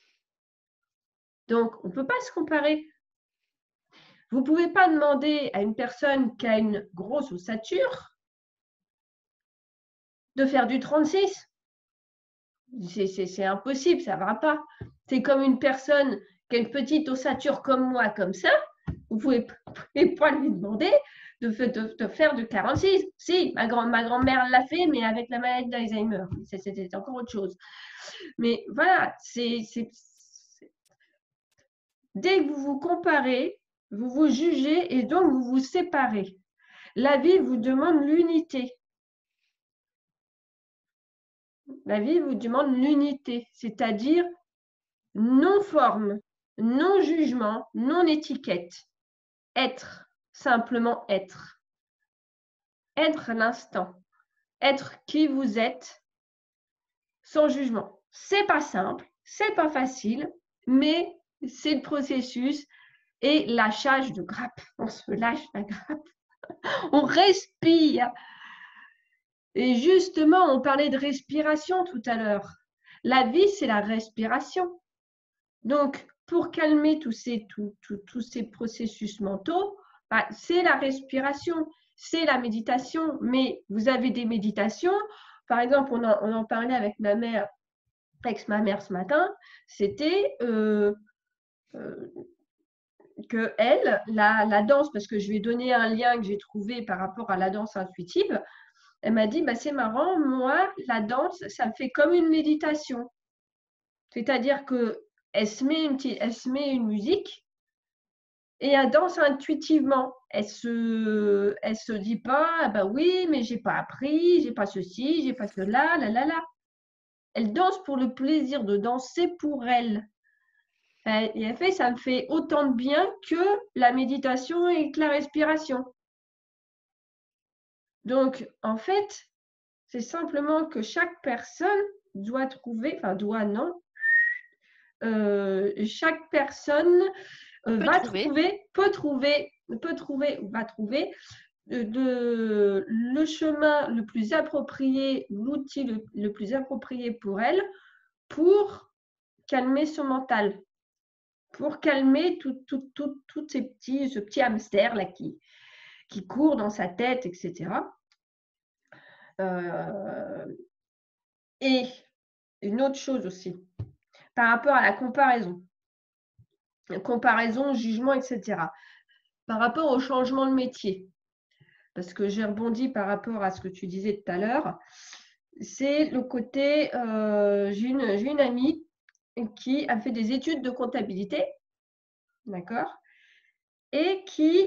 Donc, on ne peut pas se comparer. Vous ne pouvez pas demander à une personne qui a une grosse ossature de faire du trente-six. C'est impossible, ça ne va pas. C'est comme une personne qui a une petite ossature comme moi, comme ça. Vous ne pouvez, pouvez pas lui demander de, de, de faire du quarante-six. Si, ma, grand, ma grand-mère l'a fait, mais avec la maladie d'Alzheimer. C'était encore autre chose. Mais voilà, c'est dès que vous vous comparez, vous vous jugez et donc vous vous séparez. La vie vous demande l'unité. La vie vous demande l'unité, c'est-à-dire non forme, non jugement, non étiquette. Être, simplement être. Être l'instant. Être qui vous êtes sans jugement. C'est pas simple, c'est pas facile, mais c'est le processus et lâchage de grappe. On se lâche la grappe. On respire. Et justement, on parlait de respiration tout à l'heure. La vie, c'est la respiration. Donc, pour calmer tous ces, tous, tous, tous ces processus mentaux, bah, c'est la respiration, c'est la méditation. Mais vous avez des méditations. Par exemple, on en, on en parlait avec ma mère, avec ma mère ce matin. C'était euh, euh, que elle, la, la danse, parce que je vais donner un lien que j'ai trouvé par rapport à la danse intuitive. Elle m'a dit, bah, c'est marrant, moi, la danse, ça me fait comme une méditation. C'est-à-dire qu'elle se met une petite, elle se met une musique et elle danse intuitivement. Elle se, elle se dit pas, ah bah oui, mais j'ai pas appris, j'ai pas ceci, j'ai pas cela, là, là, là. Elle danse pour le plaisir de danser pour elle. Et en fait, ça me fait autant de bien que la méditation et que la respiration. Donc, en fait, c'est simplement que chaque personne doit trouver, enfin doit non, euh, chaque personne euh, Peut va trouver. trouver, peut trouver, peut trouver ou va trouver de, de, le chemin le plus approprié, l'outil le, le plus approprié pour elle pour calmer son mental, pour calmer tout, tout, tout, tout ces petits, ce petit hamster là qui, qui court dans sa tête, et cetera. Euh, et une autre chose aussi, par rapport à la comparaison, comparaison, jugement, et cetera. Par rapport au changement de métier, parce que j'ai rebondi par rapport à ce que tu disais tout à l'heure, c'est le côté, euh, j'ai une, j'ai une amie qui a fait des études de comptabilité, d'accord, et qui,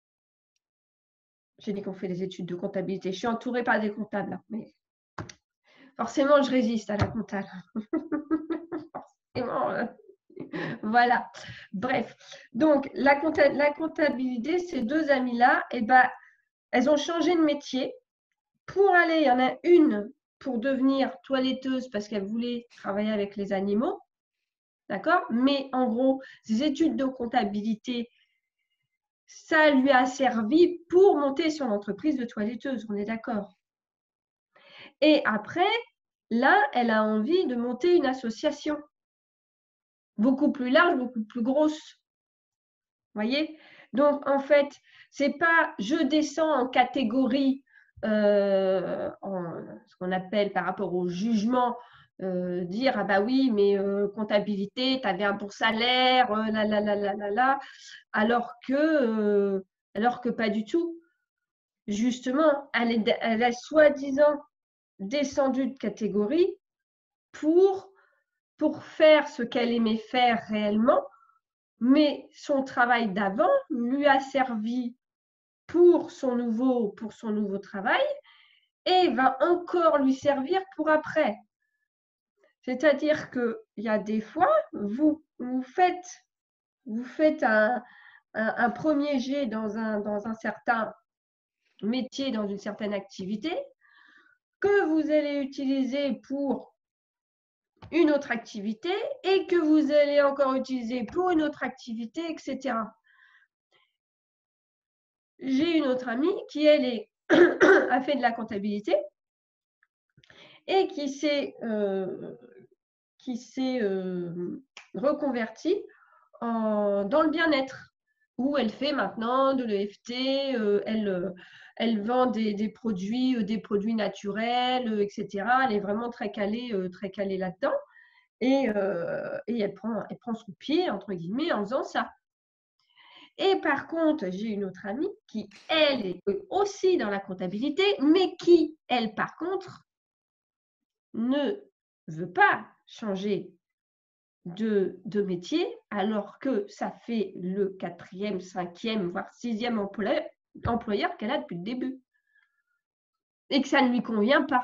j'ai dit qu'on fait des études de comptabilité, je suis entourée par des comptables, mais forcément, je résiste à la comptable. Forcément, voilà. Bref. Donc, la, comptabilité, ces deux amies-là, eh ben, elles ont changé de métier. Pour aller, il y en a une pour devenir toiletteuse parce qu'elle voulait travailler avec les animaux. D'accord? Mais en gros, ces études de comptabilité, ça lui a servi pour monter son entreprise de toiletteuse. On est d'accord? Et après, là, elle a envie de monter une association beaucoup plus large, beaucoup plus grosse. Vous voyez? Donc, en fait, c'est pas je descends en catégorie, euh, en, ce qu'on appelle par rapport au jugement, euh, dire ah bah oui, mais euh, comptabilité, tu avais un bon salaire, euh, là, là, là, là, là, là, alors que, euh, alors que pas du tout. Justement, elle est, elle est soi-disant descendue de catégorie pour, pour faire ce qu'elle aimait faire réellement, mais son travail d'avant lui a servi pour son nouveau, pour son nouveau travail et va encore lui servir pour après. C'est-à-dire qu'il y a des fois, vous, vous faites, vous faites un, un, un premier jet dans un, dans un certain métier, dans une certaine activité, que vous allez utiliser pour une autre activité et que vous allez encore utiliser pour une autre activité, et cetera. J'ai une autre amie qui, elle, est, a fait de la comptabilité et qui s'est euh, qui s'est euh, reconvertie en, dans le bien-être, où elle fait maintenant de l'E F T, euh, elle, euh, elle vend des, des produits, euh, des produits naturels, euh, et cetera. Elle est vraiment très calée, euh, très calée là-dedans. Et, euh, et elle, prend, elle prend son pied, entre guillemets, en faisant ça. Et par contre, j'ai une autre amie qui, elle, est aussi dans la comptabilité, mais qui, elle, par contre, ne veut pas changer de, de métier, alors que ça fait le quatrième, cinquième, voire sixième employeur, employeur qu'elle a depuis le début. Et que ça ne lui convient pas.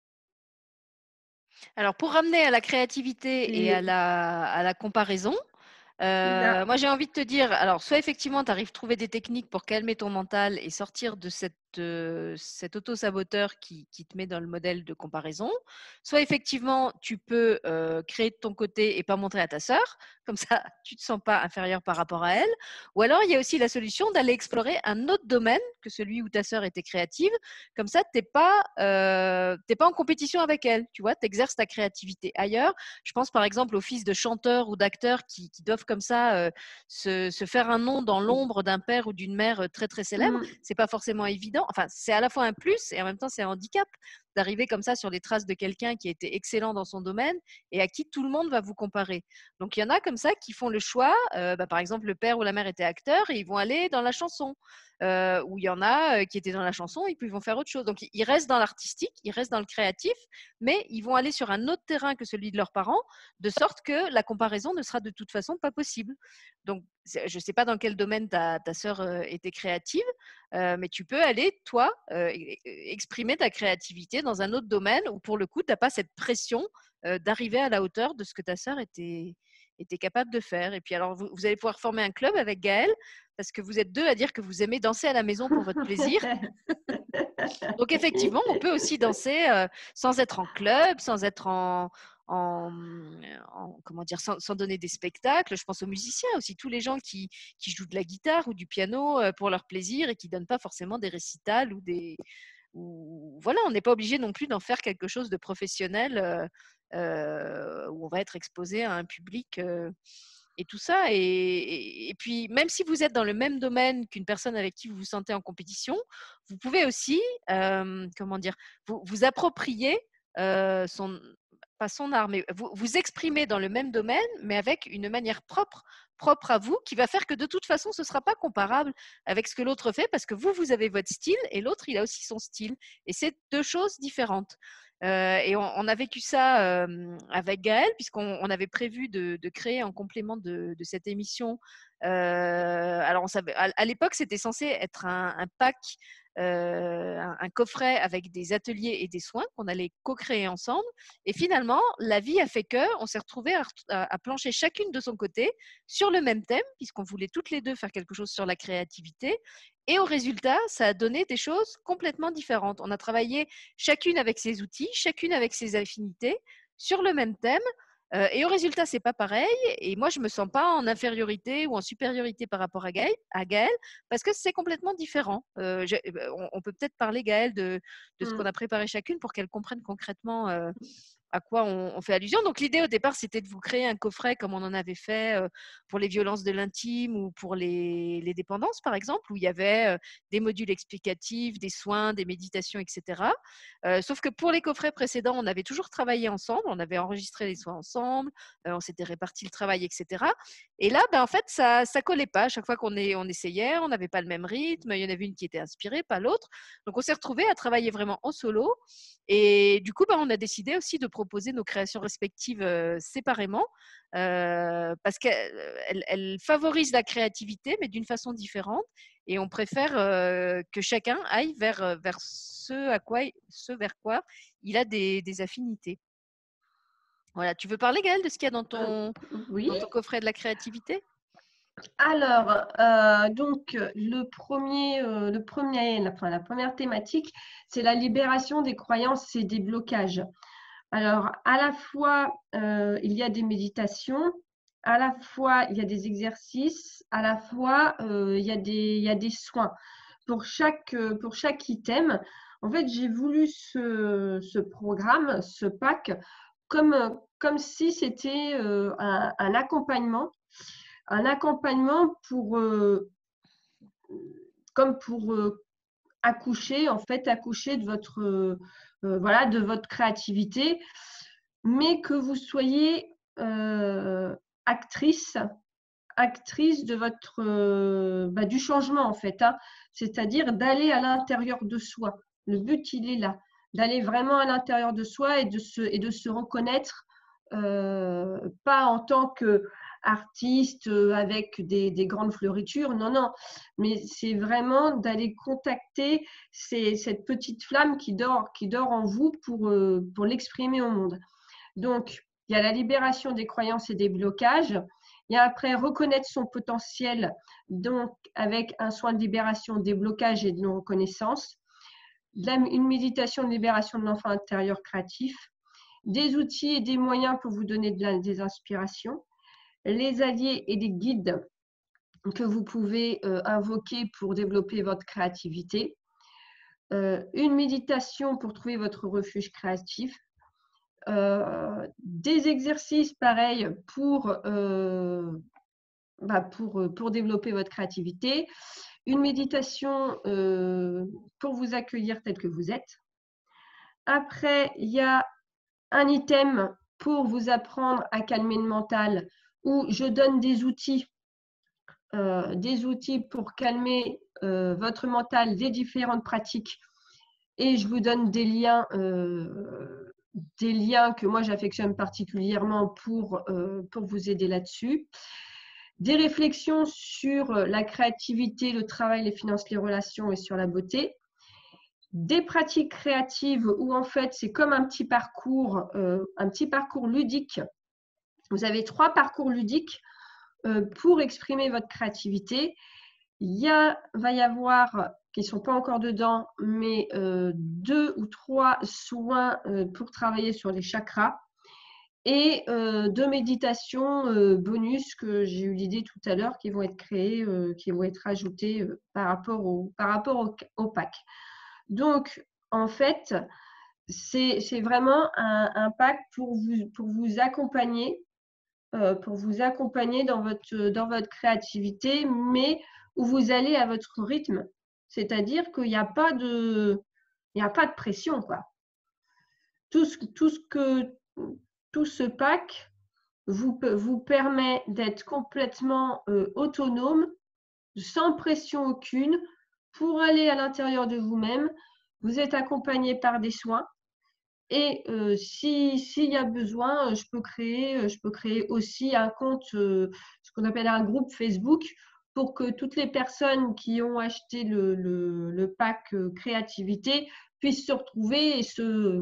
Alors, pour ramener à la créativité et, et à, la, à la comparaison, Euh, moi, j'ai envie de te dire, alors, soit effectivement, tu arrives à trouver des techniques pour calmer ton mental et sortir de cette, euh, cet auto-saboteur qui, qui te met dans le modèle de comparaison, soit effectivement, tu peux euh, créer de ton côté et pas montrer à ta sœur, comme ça, tu ne te sens pas inférieur par rapport à elle. Ou alors, il y a aussi la solution d'aller explorer un autre domaine que celui où ta sœur était créative. Comme ça, tu n'es pas, euh, t'es pas en compétition avec elle, tu vois, tu exerces ta créativité ailleurs. Je pense par exemple aux fils de chanteurs ou d'acteurs qui, qui doivent comme ça euh, se, se faire un nom dans l'ombre d'un père ou d'une mère très très célèbre. Mm. C'est pas forcément évident. enfin, c'est à la fois un plus et en même temps, c'est un handicap d'arriver comme ça sur les traces de quelqu'un qui était excellent dans son domaine et à qui tout le monde va vous comparer. Donc, il y en a comme ça qui font le choix, euh, bah, par exemple, le père ou la mère étaient acteurs et ils vont aller dans la chanson. Euh, ou il y en a euh, qui étaient dans la chanson et puis ils vont faire autre chose. Donc, ils restent dans l'artistique, ils restent dans le créatif, mais ils vont aller sur un autre terrain que celui de leurs parents, de sorte que la comparaison ne sera de toute façon pas possible. Donc, je ne sais pas dans quel domaine ta, ta sœur euh, était créative, euh, mais tu peux aller, toi, euh, exprimer ta créativité dans un autre domaine où, pour le coup, tu n'as pas cette pression euh, d'arriver à la hauteur de ce que ta sœur était, était capable de faire. Et puis, alors, vous, vous allez pouvoir former un club avec Gaëlle, parce que vous êtes deux à dire que vous aimez danser à la maison pour votre plaisir. Donc, effectivement, on peut aussi danser euh, sans être en club, sans être en, en, en comment dire, sans, sans donner des spectacles. Je pense aux musiciens aussi, tous les gens qui, qui jouent de la guitare ou du piano euh, pour leur plaisir et qui donnent pas forcément des récitals ou des, ou, voilà, on n'est pas obligé non plus d'en faire quelque chose de professionnel euh, euh, où on va être exposé à un public. Euh, et tout ça. Et, et, et puis, même si vous êtes dans le même domaine qu'une personne avec qui vous vous sentez en compétition, vous pouvez aussi, euh, comment dire, vous, vous approprier euh, son, pas son art, mais vous, vous exprimer dans le même domaine, mais avec une manière propre, propre à vous, qui va faire que de toute façon, ce ne sera pas comparable avec ce que l'autre fait, parce que vous, vous avez votre style, et l'autre, il a aussi son style. Et c'est deux choses différentes. Euh, et on, on a vécu ça euh, avec Gaëlle, puisqu'on on avait prévu de, de créer en complément de, de cette émission. Euh, alors, on savait, à, à l'époque, c'était censé être un, un pack, euh, un, un coffret avec des ateliers et des soins qu'on allait co-créer ensemble. Et finalement, la vie a fait que on s'est retrouvés à, à, à plancher chacune de son côté sur le même thème, puisqu'on voulait toutes les deux faire quelque chose sur la créativité. Et au résultat, ça a donné des choses complètement différentes. On a travaillé chacune avec ses outils, chacune avec ses affinités, sur le même thème. Euh, et au résultat, c'est pas pareil. Et moi, je me sens pas en infériorité ou en supériorité par rapport à Gaëlle, à Gaëlle parce que c'est complètement différent. Euh, je, on, on, peut peut-être parler, Gaëlle, de, de ce qu'on a préparé chacune pour qu'elle comprenne concrètement euh, à quoi on, on fait allusion. Donc, l'idée au départ, c'était de vous créer un coffret comme on en avait fait euh, pour les violences de l'intime ou pour les, les dépendances, par exemple, où il y avait euh, des modules explicatifs, des soins, des méditations, et cetera. Euh, sauf que pour les coffrets précédents, on avait toujours travaillé ensemble, on avait enregistré les soins ensemble, euh, on s'était réparti le travail, et cetera. Et là, ben, en fait, ça ne collait pas. À chaque fois qu'on on essayait, on n'avait pas le même rythme, il y en avait une qui était inspirée, pas l'autre. Donc, on s'est retrouvés à travailler vraiment en solo. Et du coup, ben, on a décidé aussi de proposer nos créations respectives euh, séparément euh, parce qu'elles elles, elles favorisent la créativité, mais d'une façon différente. Et on préfère euh, que chacun aille vers, vers ce, à quoi, ce vers quoi il a des, des affinités. Voilà. Tu veux parler, Gaëlle, de ce qu'il y a dans ton, euh, oui. dans ton coffret de la créativité? Alors, euh, donc, le premier, euh, le premier, la, enfin, la première thématique, c'est la libération des croyances et des blocages. Alors, à la fois, euh, il y a des méditations, à la fois, il y a des exercices, à la fois, euh, il y a des, il y a des soins. Pour chaque, pour chaque item, en fait, j'ai voulu ce, ce programme, ce pack, comme, comme si c'était euh, un, un accompagnement un accompagnement pour, euh, comme pour euh, accoucher, en fait, accoucher de votre, euh, voilà, de votre créativité, mais que vous soyez euh, actrice, actrice de votre, euh, bah, du changement, en fait, hein, c'est-à-dire d'aller à l'intérieur de soi. Le but, il est là, d'aller vraiment à l'intérieur de soi et de se, et de se reconnaître, euh, pas en tant que artiste avec des, des grandes fleuritures, non, non, mais c'est vraiment d'aller contacter ces, cette petite flamme qui dort, qui dort en vous pour, euh, pour l'exprimer au monde. Donc, il y a la libération des croyances et des blocages. Il y a après reconnaître son potentiel, donc avec un soin de libération des blocages et de non-reconnaissance, une méditation de libération de l'enfant intérieur créatif, des outils et des moyens pour vous donner de la, des inspirations, les alliés et des guides que vous pouvez euh, invoquer pour développer votre créativité, euh, une méditation pour trouver votre refuge créatif, euh, des exercices pareils pour, euh, bah pour, pour développer votre créativité, une méditation euh, pour vous accueillir tel que vous êtes. Après, il y a un item pour vous apprendre à calmer le mental où je donne des outils, euh, des outils pour calmer euh, votre mental, des différentes pratiques. Et je vous donne des liens, euh, des liens que moi j'affectionne particulièrement pour, euh, pour vous aider là-dessus. Des réflexions sur la créativité, le travail, les finances, les relations et sur la beauté. Des pratiques créatives où en fait c'est comme un petit parcours, euh, un petit parcours ludique. Vous avez trois parcours ludiques euh, pour exprimer votre créativité. Il y a, va y avoir, qui ne sont pas encore dedans, mais euh, deux ou trois soins euh, pour travailler sur les chakras et euh, deux méditations euh, bonus que j'ai eu l'idée tout à l'heure qui vont être créées, euh, qui vont être ajoutées euh, par rapport au, par rapport au, au pack. Donc, en fait, c'est vraiment un, un pack pour vous, pour vous accompagner, euh, pour vous accompagner dans votre, dans votre créativité, mais où vous allez à votre rythme. C'est-à-dire qu'il n'y a pas de, il n'y a pas de pression, quoi. Tout ce, tout ce que, tout ce pack vous, vous permet d'être complètement euh, autonome, sans pression aucune, pour aller à l'intérieur de vous-même. Vous êtes accompagné par des soins. Et euh, si, s'il y a besoin, je peux créer, je peux créer aussi un compte, euh, ce qu'on appelle un groupe Facebook, pour que toutes les personnes qui ont acheté le, le, le pack euh, créativité puissent se retrouver et se,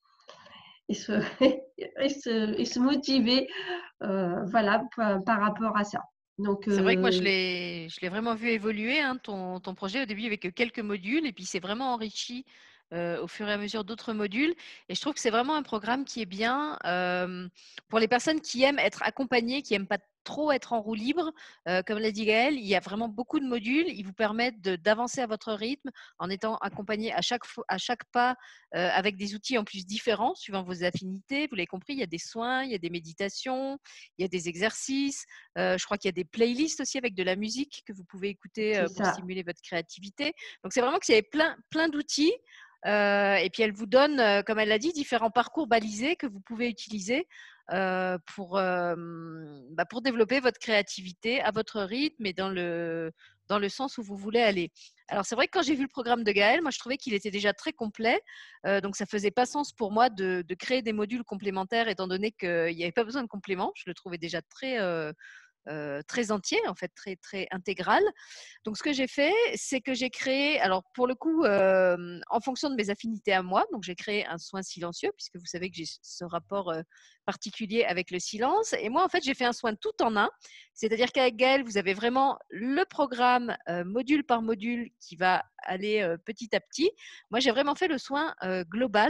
et se, et se, et se motiver euh, voilà, par, par rapport à ça. Donc, C'est vrai que moi, je euh, l'ai, je l'ai vraiment vu évoluer, hein, ton, ton projet. Au début, avec quelques modules, et puis c'est vraiment enrichi euh, au fur et à mesure d'autres modules. Et je trouve que c'est vraiment un programme qui est bien euh, pour les personnes qui aiment être accompagnées, qui n'aiment pas trop être en roue libre. Euh, comme l'a dit Gaëlle, il y a vraiment beaucoup de modules. Ils vous permettent de- d'avancer à votre rythme en étant accompagné à chaque, fois, à chaque pas euh, avec des outils en plus différents suivant vos affinités. Vous l'avez compris, il y a des soins, il y a des méditations, il y a des exercices. Euh, je crois qu'il y a des playlists aussi avec de la musique que vous pouvez écouter c'est euh, pour ça. stimuler votre créativité. Donc, c'est vraiment qu'il y a plein, plein d'outils. Euh, et puis, elle vous donne, euh, comme elle l'a dit, différents parcours balisés que vous pouvez utiliser euh, pour, euh, bah, pour développer votre créativité à votre rythme et dans le, dans le sens où vous voulez aller. Alors, c'est vrai que quand j'ai vu le programme de Gaël, moi, je trouvais qu'il était déjà très complet. Euh, donc, ça faisait pas sens pour moi de, de créer des modules complémentaires, étant donné qu'il n'y avait pas besoin de compléments. Je le trouvais déjà très, euh, euh, très entier, en fait, très, très intégral. Donc, ce que j'ai fait, c'est que j'ai créé, alors pour le coup, euh, en fonction de mes affinités à moi, donc j'ai créé un soin silencieux, puisque vous savez que j'ai ce rapport euh, particulier avec le silence. Et moi, en fait, j'ai fait un soin tout en un, c'est-à-dire qu'avec Gaëlle, vous avez vraiment le programme euh, module par module qui va aller euh, petit à petit. Moi, j'ai vraiment fait le soin euh, global.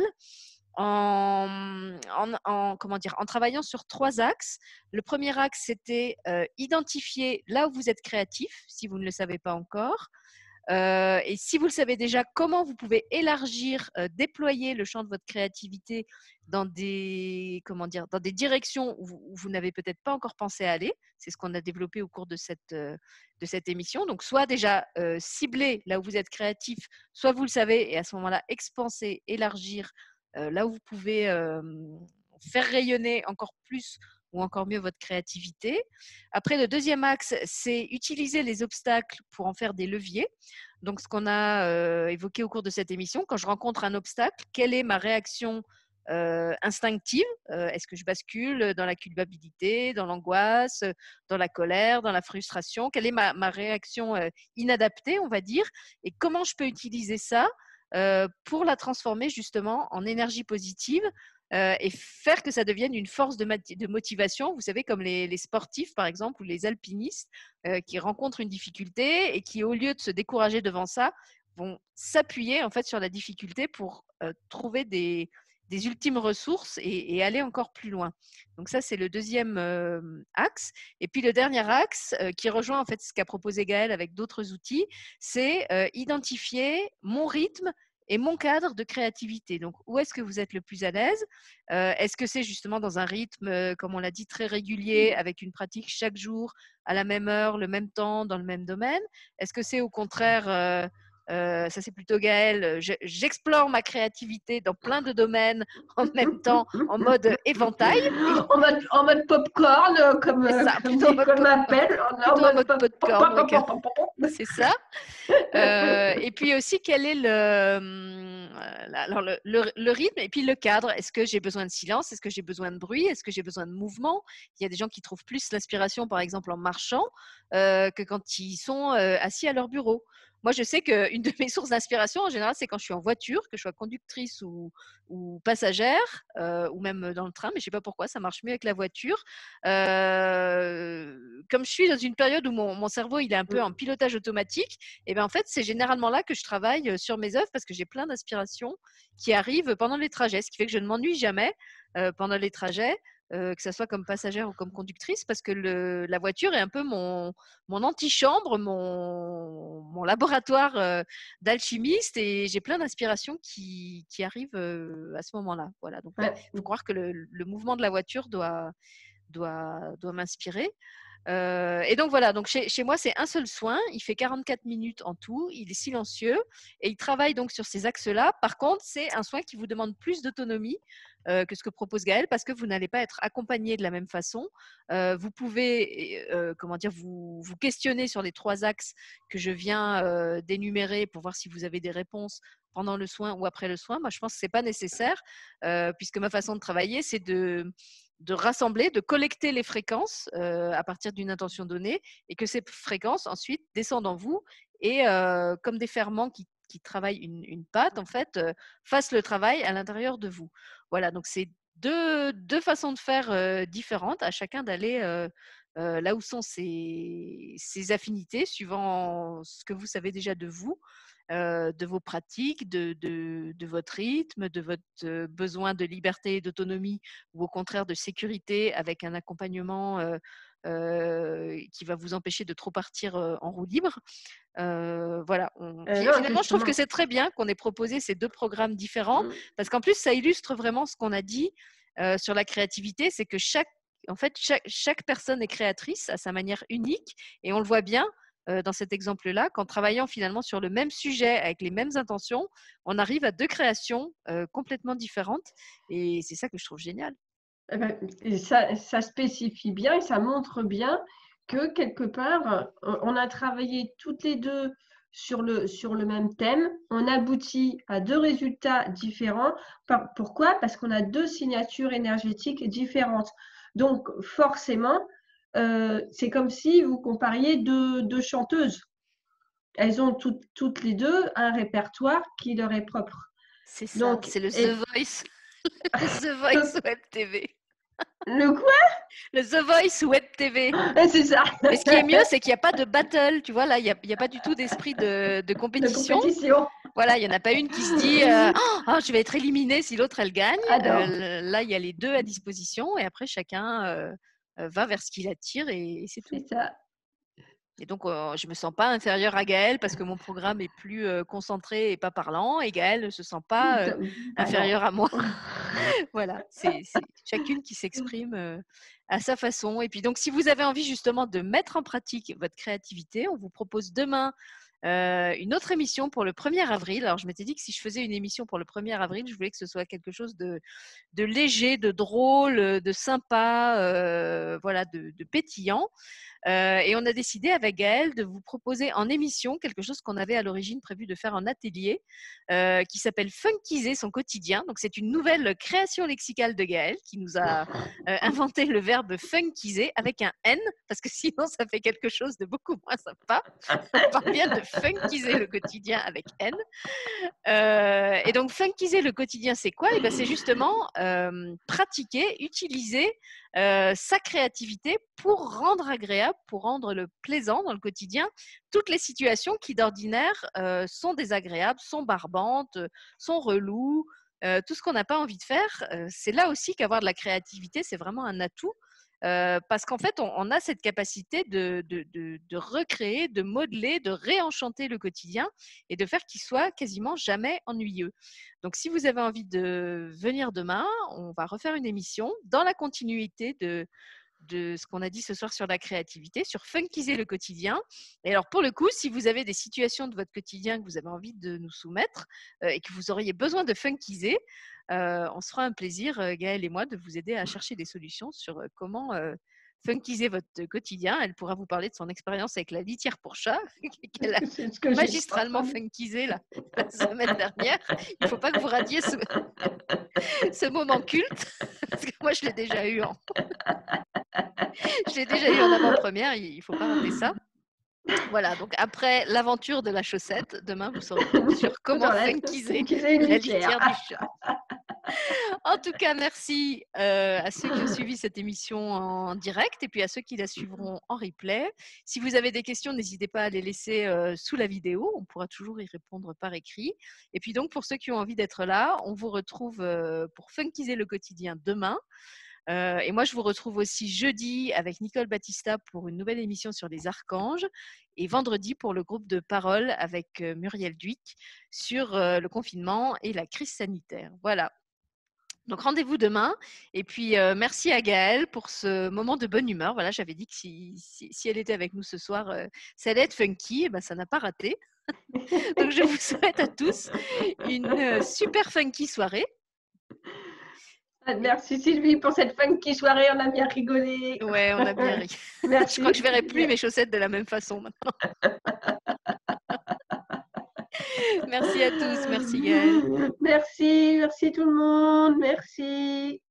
En, en, en, comment dire, en travaillant sur trois axes. Le premier axe, c'était euh, identifier là où vous êtes créatif, si vous ne le savez pas encore. Euh, et si vous le savez déjà, comment vous pouvez élargir, euh, déployer le champ de votre créativité dans des, comment dire, dans des directions où vous, où vous n'avez peut-être pas encore pensé à aller. C'est ce qu'on a développé au cours de cette, euh, de cette émission. Donc, soit déjà euh, cibler là où vous êtes créatif, soit vous le savez, et à ce moment-là, expanser, élargir euh, là où vous pouvez euh, faire rayonner encore plus ou encore mieux votre créativité. Après, le deuxième axe, c'est utiliser les obstacles pour en faire des leviers. Donc, ce qu'on a euh, évoqué au cours de cette émission, quand je rencontre un obstacle, quelle est ma réaction euh, instinctive? euh, Est-ce que je bascule dans la culpabilité, dans l'angoisse, dans la colère, dans la frustration? Quelle est ma, ma réaction euh, inadaptée, on va dire? Et comment je peux utiliser ça euh, pour la transformer justement en énergie positive euh, et faire que ça devienne une force de, de motivation. Vous savez, comme les, les, sportifs, par exemple, ou les alpinistes euh, qui rencontrent une difficulté et qui, au lieu de se décourager devant ça, vont s'appuyer en fait sur la difficulté pour euh, trouver des, des ultimes ressources et, et, aller encore plus loin. Donc ça, c'est le deuxième euh, axe. Et puis le dernier axe, euh, qui rejoint en fait ce qu'a proposé Gaëlle avec d'autres outils, c'est euh, identifier mon rythme et mon cadre de créativité. Donc, où est-ce que vous êtes le plus à l'aise? euh, Est-ce que c'est justement dans un rythme, euh, comme on l'a dit, très régulier, avec une pratique chaque jour, à la même heure, le même temps, dans le même domaine? Est-ce que c'est au contraire, euh, euh, ça c'est plutôt Gaëlle, je- j'explore ma créativité dans plein de domaines en même temps, en mode éventail? Et En mode, en mode popcorn, euh, comme, c'est euh, ça, comme plutôt en mode, l'école pop- m'appelle. En, en plutôt en mode mode pop, pop, popcorn, pop, ouais, pop, que- pop, pop, pop. c'est ça. Euh, et puis aussi, quel est le, hum, alors le, le- le rythme et puis le cadre? Est-ce que j'ai besoin de silence? Est-ce que j'ai besoin de bruit? Est-ce que j'ai besoin de mouvement? Il y a des gens qui trouvent plus l'inspiration, par exemple, en marchant euh, que quand ils sont euh, assis à leur bureau. Moi, je sais qu'une de mes sources d'inspiration, en général, c'est quand je suis en voiture, que je sois conductrice ou, ou passagère, euh, ou même dans le train, mais je ne sais pas pourquoi, ça marche mieux avec la voiture. Euh, comme je suis dans une période où mon, mon cerveau il est un peu en pilotage automatique, et ben en fait, c'est généralement là que je travaille sur mes œuvres parce que j'ai plein d'inspirations qui arrivent pendant les trajets, ce qui fait que je ne m'ennuie jamais euh, pendant les trajets, euh, que ce soit comme passagère ou comme conductrice, parce que le, la voiture est un peu mon, mon antichambre, mon, mon laboratoire euh, d'alchimiste, et j'ai plein d'inspirations qui, qui arrivent euh, à ce moment-là. Voilà, donc il Ouais. faut croire que le, le mouvement de la voiture doit, doit, doit m'inspirer. Euh, et donc voilà, donc chez, chez moi, c'est un seul soin. Il fait quarante-quatre minutes en tout. Il est silencieux et il travaille donc sur ces axes-là. Par contre, c'est un soin qui vous demande plus d'autonomie euh, que ce que propose Gaëlle parce que vous n'allez pas être accompagné de la même façon. Euh, vous pouvez, euh, comment dire, vous, vous questionner sur les trois axes que je viens euh, d'énumérer pour voir si vous avez des réponses pendant le soin ou après le soin. Moi, je pense que ce n'est pas nécessaire euh, puisque ma façon de travailler, c'est de de rassembler, de collecter les fréquences euh, à partir d'une intention donnée et que ces fréquences ensuite descendent en vous et euh, comme des ferments qui, qui travaillent une, une pâte, en fait, euh, fassent le travail à l'intérieur de vous. Voilà, donc c'est deux, deux façons de faire euh, différentes, à chacun d'aller euh, euh, là où sont ses, ses affinités, suivant ce que vous savez déjà de vous. Euh, de vos pratiques, de, de, de, votre rythme, de votre euh, besoin de liberté et d'autonomie ou au contraire de sécurité avec un accompagnement euh, euh, qui va vous empêcher de trop partir euh, en roue libre. Euh, voilà. On... Euh, non, Finalement, je trouve que justement. c'est très bien qu'on ait proposé ces deux programmes différents parce qu'en plus, ça illustre vraiment ce qu'on a dit euh, sur la créativité, c'est que chaque en fait, chaque, chaque personne est créatrice à sa manière unique et on le voit bien euh, dans cet exemple-là, qu'en travaillant finalement sur le même sujet avec les mêmes intentions, on arrive à deux créations euh, complètement différentes et c'est ça que je trouve génial. Eh ben, et ça, ça spécifie bien et ça montre bien que quelque part, on on a travaillé toutes les deux sur le, sur le même thème. On aboutit à deux résultats différents. Par- Pourquoi? Parce qu'on a deux signatures énergétiques différentes. Donc, forcément, euh, c'est comme si vous compariez deux, deux chanteuses. Elles ont toutes, toutes les deux un répertoire qui leur est propre. C'est ça, Donc, c'est le The et, Voice, The Voice Web T V. le quoi? Le The Voice Web T V. C'est ça. Mais ce qui est mieux, c'est qu'il n'y a pas de battle, tu vois, là, il n'y a, il y a pas du tout d'esprit de, de De compétition. compétition. Voilà, il n'y en a pas une qui se dit euh, oh, je vais être éliminée si l'autre elle gagne. Ah non. Euh, là, il y a les deux à disposition et après, chacun euh, euh, va vers ce qui l'attire et, et c'est tout. C'est ça. Et donc, euh, je ne me sens pas inférieure à Gaëlle parce que mon programme est plus euh, concentré et pas parlant et Gaëlle ne se sent pas euh, Bah non. inférieure à moi. Voilà, c'est c'est chacune qui s'exprime euh, à sa façon. Et puis donc, si vous avez envie justement de mettre en pratique votre créativité, on vous propose demain euh, une autre émission pour le premier avril. Alors, je m'étais dit que si je faisais une émission pour le premier avril, je voulais que ce soit quelque chose de, de léger, de drôle, de sympa, euh, voilà, de, de pétillant. Euh, et on a décidé avec Gaëlle de vous proposer en émission quelque chose qu'on avait à l'origine prévu de faire en atelier, euh, qui s'appelle Funkiser son quotidien. Donc c'est une nouvelle création lexicale de Gaëlle qui nous a euh, inventé le verbe funkiser avec un N, parce que sinon ça fait quelque chose de beaucoup moins sympa. On parle bien de funkiser le quotidien avec N. Euh, et donc funkiser le quotidien, c'est quoi? Et ben, c'est justement euh, pratiquer, utiliser euh, sa créativité pour rendre agréable, pour rendre le plaisant dans le quotidien toutes les situations qui d'ordinaire euh, sont désagréables, sont barbantes, sont reloues, euh, tout ce qu'on n'a pas envie de faire. Euh, c'est là aussi qu'avoir de la créativité, c'est vraiment un atout. euh, parce qu'en fait, on, on a cette capacité de, de, de, de recréer, de modeler, de réenchanter le quotidien et de faire qu'il soit quasiment jamais ennuyeux. Donc, si vous avez envie de venir demain, on va refaire une émission dans la continuité de de ce qu'on a dit ce soir sur la créativité, sur funkiser le quotidien. Et alors, pour le coup, si vous avez des situations de votre quotidien que vous avez envie de nous soumettre euh, et que vous auriez besoin de funkiser, euh, on se fera un plaisir, euh, Gaëlle et moi, de vous aider à chercher des solutions sur euh, comment euh, funkiser votre quotidien. Elle pourra vous parler de son expérience avec la litière pour chat, qu'elle a magistralement funkisé la, la semaine dernière. Il ne faut pas que vous radiez ce, ce moment culte, parce que moi, je l'ai déjà eu en... Je l'ai déjà eu en avant-première, il ne faut pas rater ça. Voilà, donc après l'aventure de la chaussette, demain vous saurez tout sur comment funkiser la litière du chat. En tout cas, merci euh, à ceux qui ont suivi cette émission en direct et puis à ceux qui la suivront en replay. Si vous avez des questions, n'hésitez pas à les laisser euh, sous la vidéo, on pourra toujours y répondre par écrit. Et puis donc, pour ceux qui ont envie d'être là, on vous retrouve euh, pour funkiser le quotidien demain. Euh, et moi, je vous retrouve aussi jeudi avec Nicole Battista pour une nouvelle émission sur les archanges et vendredi pour le groupe de parole avec euh, Muriel Duic sur euh, le confinement et la crise sanitaire. Voilà. Donc, rendez-vous demain. Et puis, euh, merci à Gaëlle pour ce moment de bonne humeur. Voilà, j'avais dit que si, si, si elle était avec nous ce soir, euh, ça allait être funky. Et ben, ça n'a pas raté. Donc, je vous souhaite à tous une euh, super funky soirée. Merci Sylvie pour cette funky soirée, on a bien rigolé. Ouais, on a bien ri. Merci. Je crois que je verrai plus mes chaussettes de la même façon maintenant. Merci à tous, merci Gaëlle. Merci, merci tout le monde, merci.